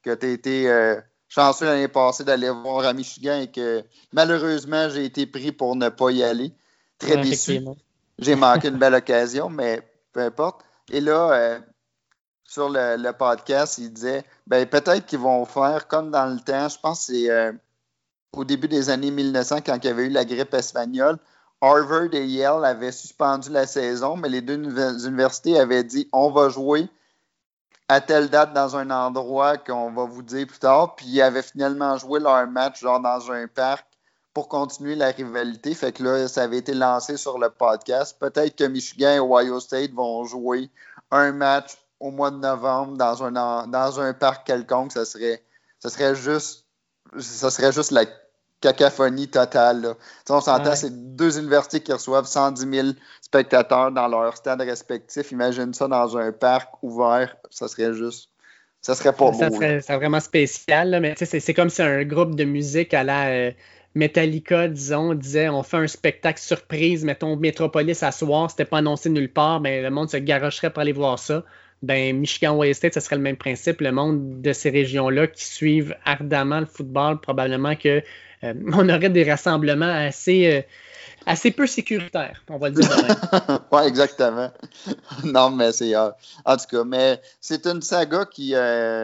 D: que tu as été chanceux l'année passée d'aller voir à Michigan et que malheureusement, j'ai été pris pour ne pas y aller. Très déçu. J'ai manqué une belle occasion, mais peu importe. Et là, sur le podcast, il disait peut-être qu'ils vont faire comme dans le temps, je pense que c'est au début des années 1900, quand il y avait eu la grippe espagnole, Harvard et Yale avaient suspendu la saison, mais les deux universités avaient dit on va jouer à telle date dans un endroit qu'on va vous dire plus tard. Puis ils avaient finalement joué leur match genre dans un parc pour continuer la rivalité. Fait que là, ça avait été lancé sur le podcast. Peut-être que Michigan et Ohio State vont jouer un match au mois de novembre dans un parc quelconque. Ça serait juste la cacophonie totale. Là. On s'entend, c'est deux universités qui reçoivent 110 000 spectateurs dans leur stade respectif. Imagine ça dans un parc ouvert. Ça serait pas beau.
A: Ça serait vraiment spécial, là, mais c'est comme si un groupe de musique à la Metallica, disons, disait on fait un spectacle surprise, mettons Metropolis à soir, c'était pas annoncé nulle part, mais le monde se garocherait pour aller voir ça. Michigan Ohio State, ça serait le même principe. Le monde de ces régions-là qui suivent ardemment le football, probablement que on aurait des rassemblements assez peu sécuritaires, on va le dire de même.
D: Oui, exactement. Non, mais c'est... en tout cas, mais c'est une saga qui...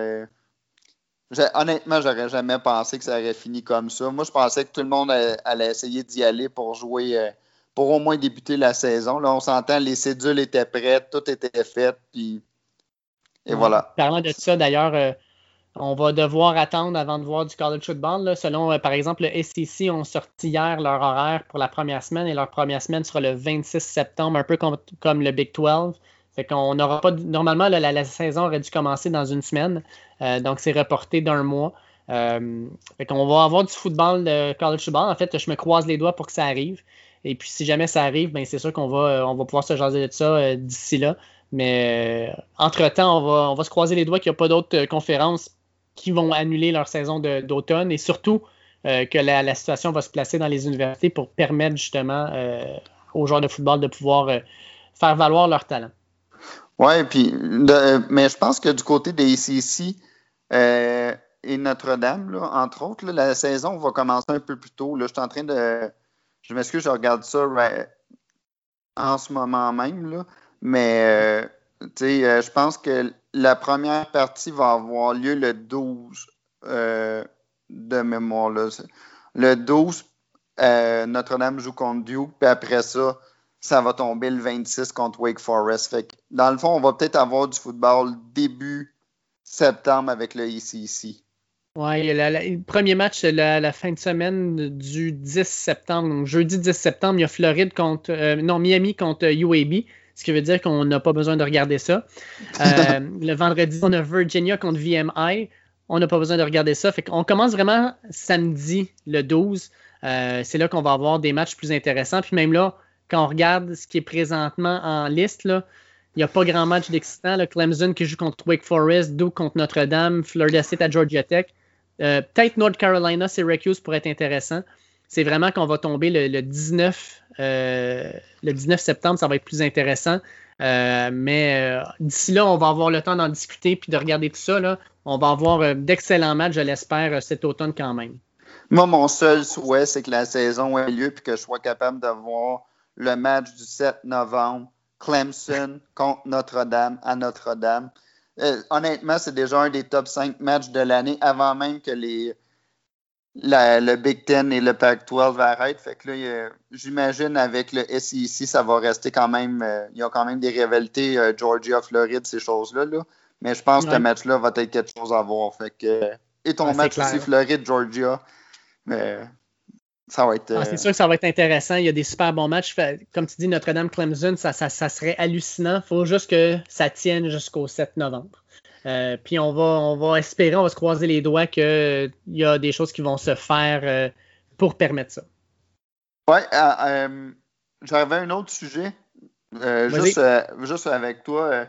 D: honnêtement, j'aurais jamais pensé que ça aurait fini comme ça. Moi, je pensais que tout le monde allait essayer d'y aller pour jouer... pour au moins débuter la saison. Là, on s'entend, les cédules étaient prêtes, tout était fait, puis... Et voilà.
A: Parlant de ça, d'ailleurs... on va devoir attendre avant de voir du college football. Là. Selon, par exemple, le SEC ont sorti hier leur horaire pour la première semaine et leur première semaine sera le 26 septembre, un peu comme le Big 12. Fait qu'on n'aura pas. Normalement, la saison aurait dû commencer dans une semaine. Donc, c'est reporté d'un mois. Fait qu'on va avoir du football, de college football. En fait, je me croise les doigts pour que ça arrive. Et puis, si jamais ça arrive, c'est sûr qu'on va pouvoir se jaser de ça d'ici là. Mais entre-temps, on va se croiser les doigts qu'il n'y a pas d'autres conférences qui vont annuler leur saison d'automne et surtout que la situation va se placer dans les universités pour permettre justement aux joueurs de football de pouvoir faire valoir leur talent.
D: Oui, puis mais je pense que du côté des ACC et Notre-Dame, là, entre autres, là, la saison va commencer un peu plus tôt. Là, je m'excuse, je regarde ça en ce moment même, là, mais je pense que la première partie va avoir lieu le 12 de mémoire. Là. Le 12, Notre-Dame joue contre Duke, puis après ça, ça va tomber le 26 contre Wake Forest. Fait que, dans le fond, on va peut-être avoir du football début septembre avec le ECC.
A: Oui, le premier match, la fin de semaine du 10 septembre. Donc, jeudi 10 septembre, il y a Miami contre UAB. Ce qui veut dire qu'on n'a pas besoin de regarder ça. Le vendredi, on a Virginia contre VMI. On n'a pas besoin de regarder ça. Fait qu'on commence vraiment samedi, le 12. C'est là qu'on va avoir des matchs plus intéressants. Puis même là, quand on regarde ce qui est présentement en liste, là, il n'y a pas grand match d'excitant. Là. Clemson qui joue contre Wake Forest, Duke contre Notre-Dame, Florida State à Georgia Tech. Peut-être North Carolina, Syracuse pourrait être intéressant. C'est vraiment qu'on va tomber le 19 septembre, ça va être plus intéressant. Mais d'ici là, on va avoir le temps d'en discuter puis de regarder tout ça. Là. On va avoir d'excellents matchs, je l'espère, cet automne quand même.
D: Moi, mon seul souhait, c'est que la saison ait lieu et que je sois capable de voir le match du 7 novembre, Clemson contre Notre-Dame à Notre-Dame. Honnêtement, c'est déjà un des top 5 matchs de l'année avant même que le Big Ten et le Pac-12 arrêtent. Fait que là, j'imagine avec le SEC, ça va rester quand même... il y a quand même des rivalités Georgia, Floride, ces choses-là. Là. Mais je pense que ce match-là va être quelque chose à voir. Fait que, et ton match aussi, Floride, Georgia. Mais ça va être...
A: C'est sûr que ça va être intéressant. Il y a des super bons matchs. Comme tu dis, Notre-Dame-Clemson, ça serait hallucinant. Il faut juste que ça tienne jusqu'au 7 novembre. Puis on va espérer, on va se croiser les doigts qu'il y a des choses qui vont se faire pour permettre ça.
D: Oui, j'avais un autre sujet. Juste avec toi.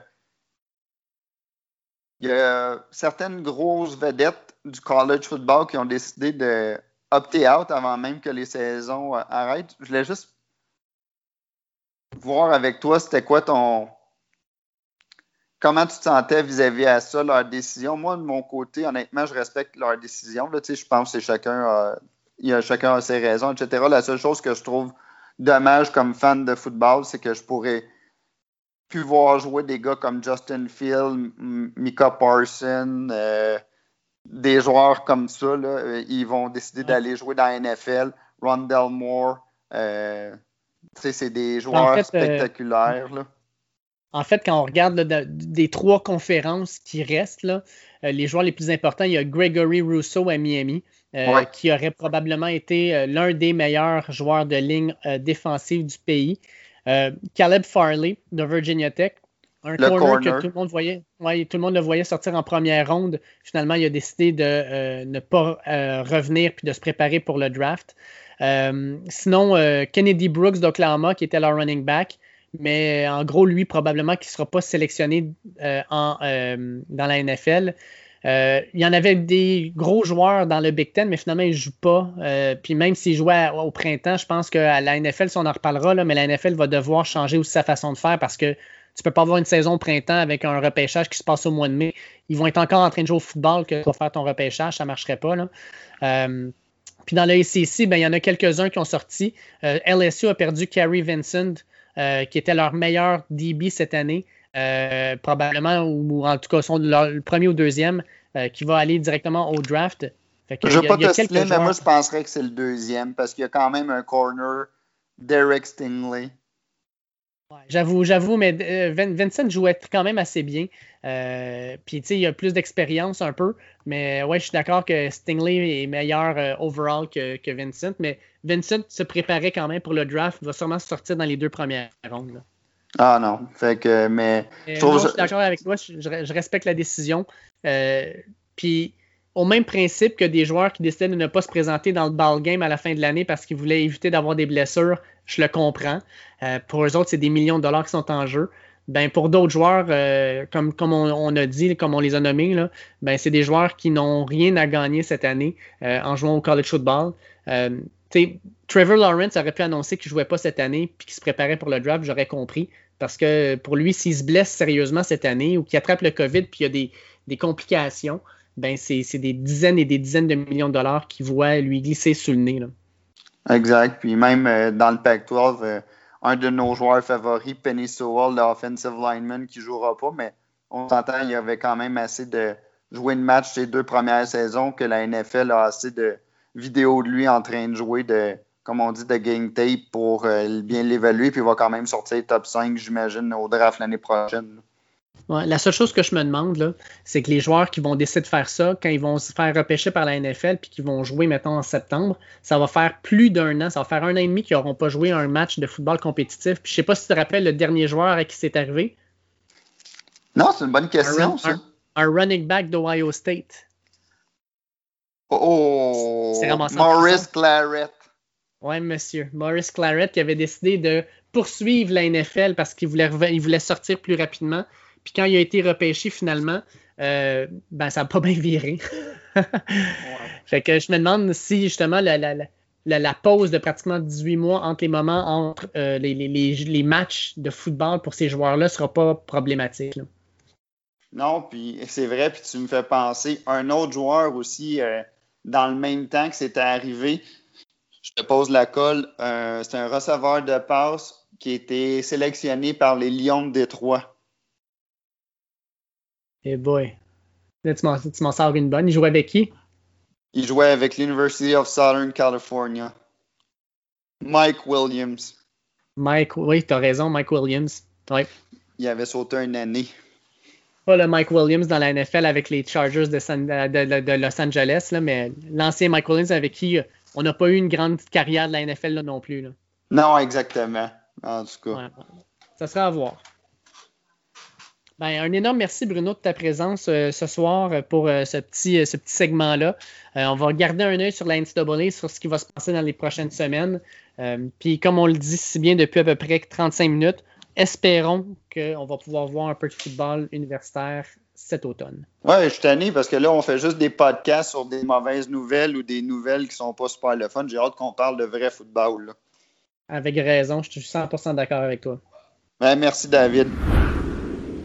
D: Il y a certaines grosses vedettes du college football qui ont décidé de opter out avant même que les saisons arrêtent. Je voulais juste voir avec toi, c'était quoi comment tu te sentais vis-à-vis à ça, leur décision? Moi, de mon côté, honnêtement, je respecte leur décision. Là, je pense que chacun a ses raisons, etc. La seule chose que je trouve dommage comme fan de football, c'est que je pourrais plus voir jouer des gars comme Justin Fields, Micah Parsons, des joueurs comme ça. Là, ils vont décider d'aller jouer dans la NFL. Rondale Moore, c'est des joueurs spectaculaires. Là.
A: En fait, quand on regarde là, des 3 conférences qui restent, là, les joueurs les plus importants, il y a Gregory Rousseau à Miami, qui aurait probablement été l'un des meilleurs joueurs de ligne défensive du pays. Caleb Farley de Virginia Tech, un corner que tout le monde voyait, tout le monde le voyait sortir en première ronde. Finalement, il a décidé de ne pas revenir puis de se préparer pour le draft. Sinon, Kennedy Brooks d'Oklahoma, qui était leur running back. Mais en gros, lui, probablement qu'il ne sera pas sélectionné dans la NFL. Il y en avait des gros joueurs dans le Big Ten, mais finalement, ils ne jouent pas. Puis même s'ils jouaient au printemps, je pense qu'à la NFL, si on en reparlera, là, mais la NFL va devoir changer aussi sa façon de faire parce que tu ne peux pas avoir une saison au printemps avec un repêchage qui se passe au mois de mai. Ils vont être encore en train de jouer au football que tu vas faire ton repêchage, ça ne marcherait pas. Là. Puis dans le ACC, il y en a quelques-uns qui ont sorti. LSU a perdu Kerry Vincent, qui était leur meilleur DB cette année, probablement, ou en tout cas, sont le premier ou deuxième, qui va aller directement au draft.
D: Je ne veux pas te citer, mais moi, je penserais que c'est le deuxième, parce qu'il y a quand même un corner, Derek Stingley.
A: Ouais, j'avoue, mais Vincent jouait quand même assez bien. Puis, tu sais, il a plus d'expérience un peu. Mais ouais, je suis d'accord que Stingley est meilleur overall que Vincent. Mais Vincent se préparait quand même pour le draft. Il va sûrement sortir dans les 2 premières rondes. Là.
D: Ah non. Fait que, mais
A: je suis d'accord avec toi. Je respecte la décision. Puis, au même principe que des joueurs qui décidaient de ne pas se présenter dans le ball game à la fin de l'année parce qu'ils voulaient éviter d'avoir des blessures, je le comprends. Pour eux autres, c'est des millions de dollars qui sont en jeu. Ben, pour d'autres joueurs, comme on a dit, comme on les a nommés, là, ben, c'est des joueurs qui n'ont rien à gagner cette année en jouant au college football. Trevor Lawrence aurait pu annoncer qu'il ne jouait pas cette année puis qu'il se préparait pour le draft, j'aurais compris. Parce que pour lui, s'il se blesse sérieusement cette année ou qu'il attrape le COVID puis il y a des complications, ben c'est des dizaines et des dizaines de millions de dollars qu'il voit lui glisser sous le nez. Là.
D: Exact. Puis même dans le Pac-12, un de nos joueurs favoris, Penei Sewell, l'offensive lineman, qui ne jouera pas, mais on s'entend, il y avait quand même assez de jouer de match ces 2 premières saisons que la NFL a assez de vidéos de lui en train de jouer comme on dit, de game tape pour bien l'évaluer, puis il va quand même sortir top 5, j'imagine, au draft l'année prochaine.
A: Ouais, la seule chose que je me demande, là, c'est que les joueurs qui vont décider de faire ça, quand ils vont se faire repêcher par la NFL puis qu'ils vont jouer, mettons, en septembre, ça va faire plus d'1 an, ça va faire 1 an et demi qu'ils n'auront pas joué un match de football compétitif. Puis je sais pas si tu te rappelles le dernier joueur à qui c'est arrivé.
D: Non, c'est une bonne question,
A: un running back d'Ohio State.
D: Oh! Maurice Clarett.
A: Oui, monsieur. Maurice Clarett qui avait décidé de poursuivre la NFL parce qu'il voulait sortir plus rapidement. Puis quand il a été repêché finalement, ça n'a pas bien viré. Ouais. Fait que je me demande si justement la pause de pratiquement 18 mois entre les moments entre les matchs de football pour ces joueurs-là ne sera pas problématique. Là.
D: Non, puis c'est vrai, puis tu me fais penser un autre joueur aussi dans le même temps que c'était arrivé. Je te pose la colle. C'est un receveur de passe qui a été sélectionné par les Lions de Détroit.
A: Eh boy. Là, tu m'en sors une bonne. Il jouait avec qui?
D: Il jouait avec l'University of Southern California. Mike Williams.
A: Oui, tu as raison, Mike Williams. Ouais.
D: Il avait sauté une année.
A: Pas le Mike Williams dans la NFL avec les Chargers de Los Angeles, là, mais l'ancien Mike Williams avec qui on n'a pas eu une grande carrière de la NFL là, non plus. Là.
D: Non, exactement. En tout cas.
A: Ouais, ça sera à voir. Ben, un énorme merci, Bruno, de ta présence ce soir pour ce petit segment-là. On va garder un œil sur la NCAA, sur ce qui va se passer dans les prochaines semaines. Puis, comme on le dit si bien depuis à peu près 35 minutes, espérons qu'on va pouvoir voir un peu de football universitaire cet automne.
D: Oui, je suis tanné parce que là, on fait juste des podcasts sur des mauvaises nouvelles ou des nouvelles qui sont pas super le fun. J'ai hâte qu'on parle de vrai football. Là.
A: Avec raison, je suis 100% d'accord avec toi.
D: Ben, merci, David.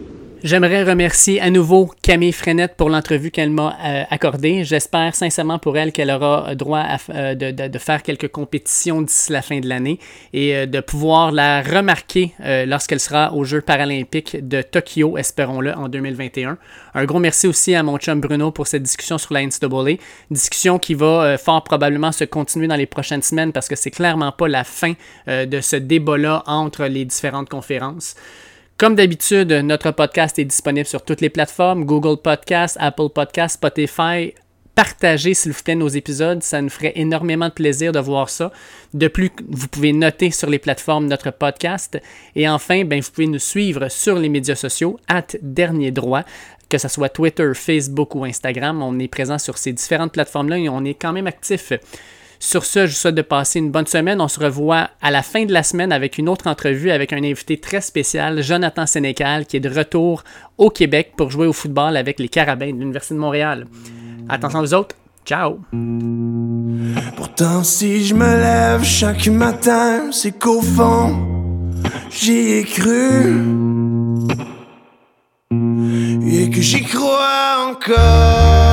A: J'aimerais remercier à nouveau Camille Frenette pour l'entrevue qu'elle m'a accordée. J'espère sincèrement pour elle qu'elle aura droit de faire quelques compétitions d'ici la fin de l'année et de pouvoir la remarquer lorsqu'elle sera aux Jeux paralympiques de Tokyo, espérons-le, en 2021. Un gros merci aussi à mon chum Bruno pour cette discussion sur la NCAA. Discussion qui va fort probablement se continuer dans les prochaines semaines parce que c'est clairement pas la fin de ce débat-là entre les différentes conférences. Comme d'habitude, notre podcast est disponible sur toutes les plateformes, Google Podcasts, Apple Podcasts, Spotify. Partagez, s'il vous plaît, nos épisodes. Ça nous ferait énormément de plaisir de voir ça. De plus, vous pouvez noter sur les plateformes notre podcast. Et enfin, vous pouvez nous suivre sur les médias sociaux, @dernierdroit, que ce soit Twitter, Facebook ou Instagram. On est présent sur ces différentes plateformes-là et on est quand même actifs. Sur ce, je vous souhaite de passer une bonne semaine. On se revoit à la fin de la semaine avec une autre entrevue avec un invité très spécial, Jonathan Sénécal, qui est de retour au Québec pour jouer au football avec les Carabins de l'Université de Montréal. Attention aux autres. Ciao!
B: Pourtant si je me lève chaque matin, c'est qu'au fond, j'y ai cru et que j'y crois encore.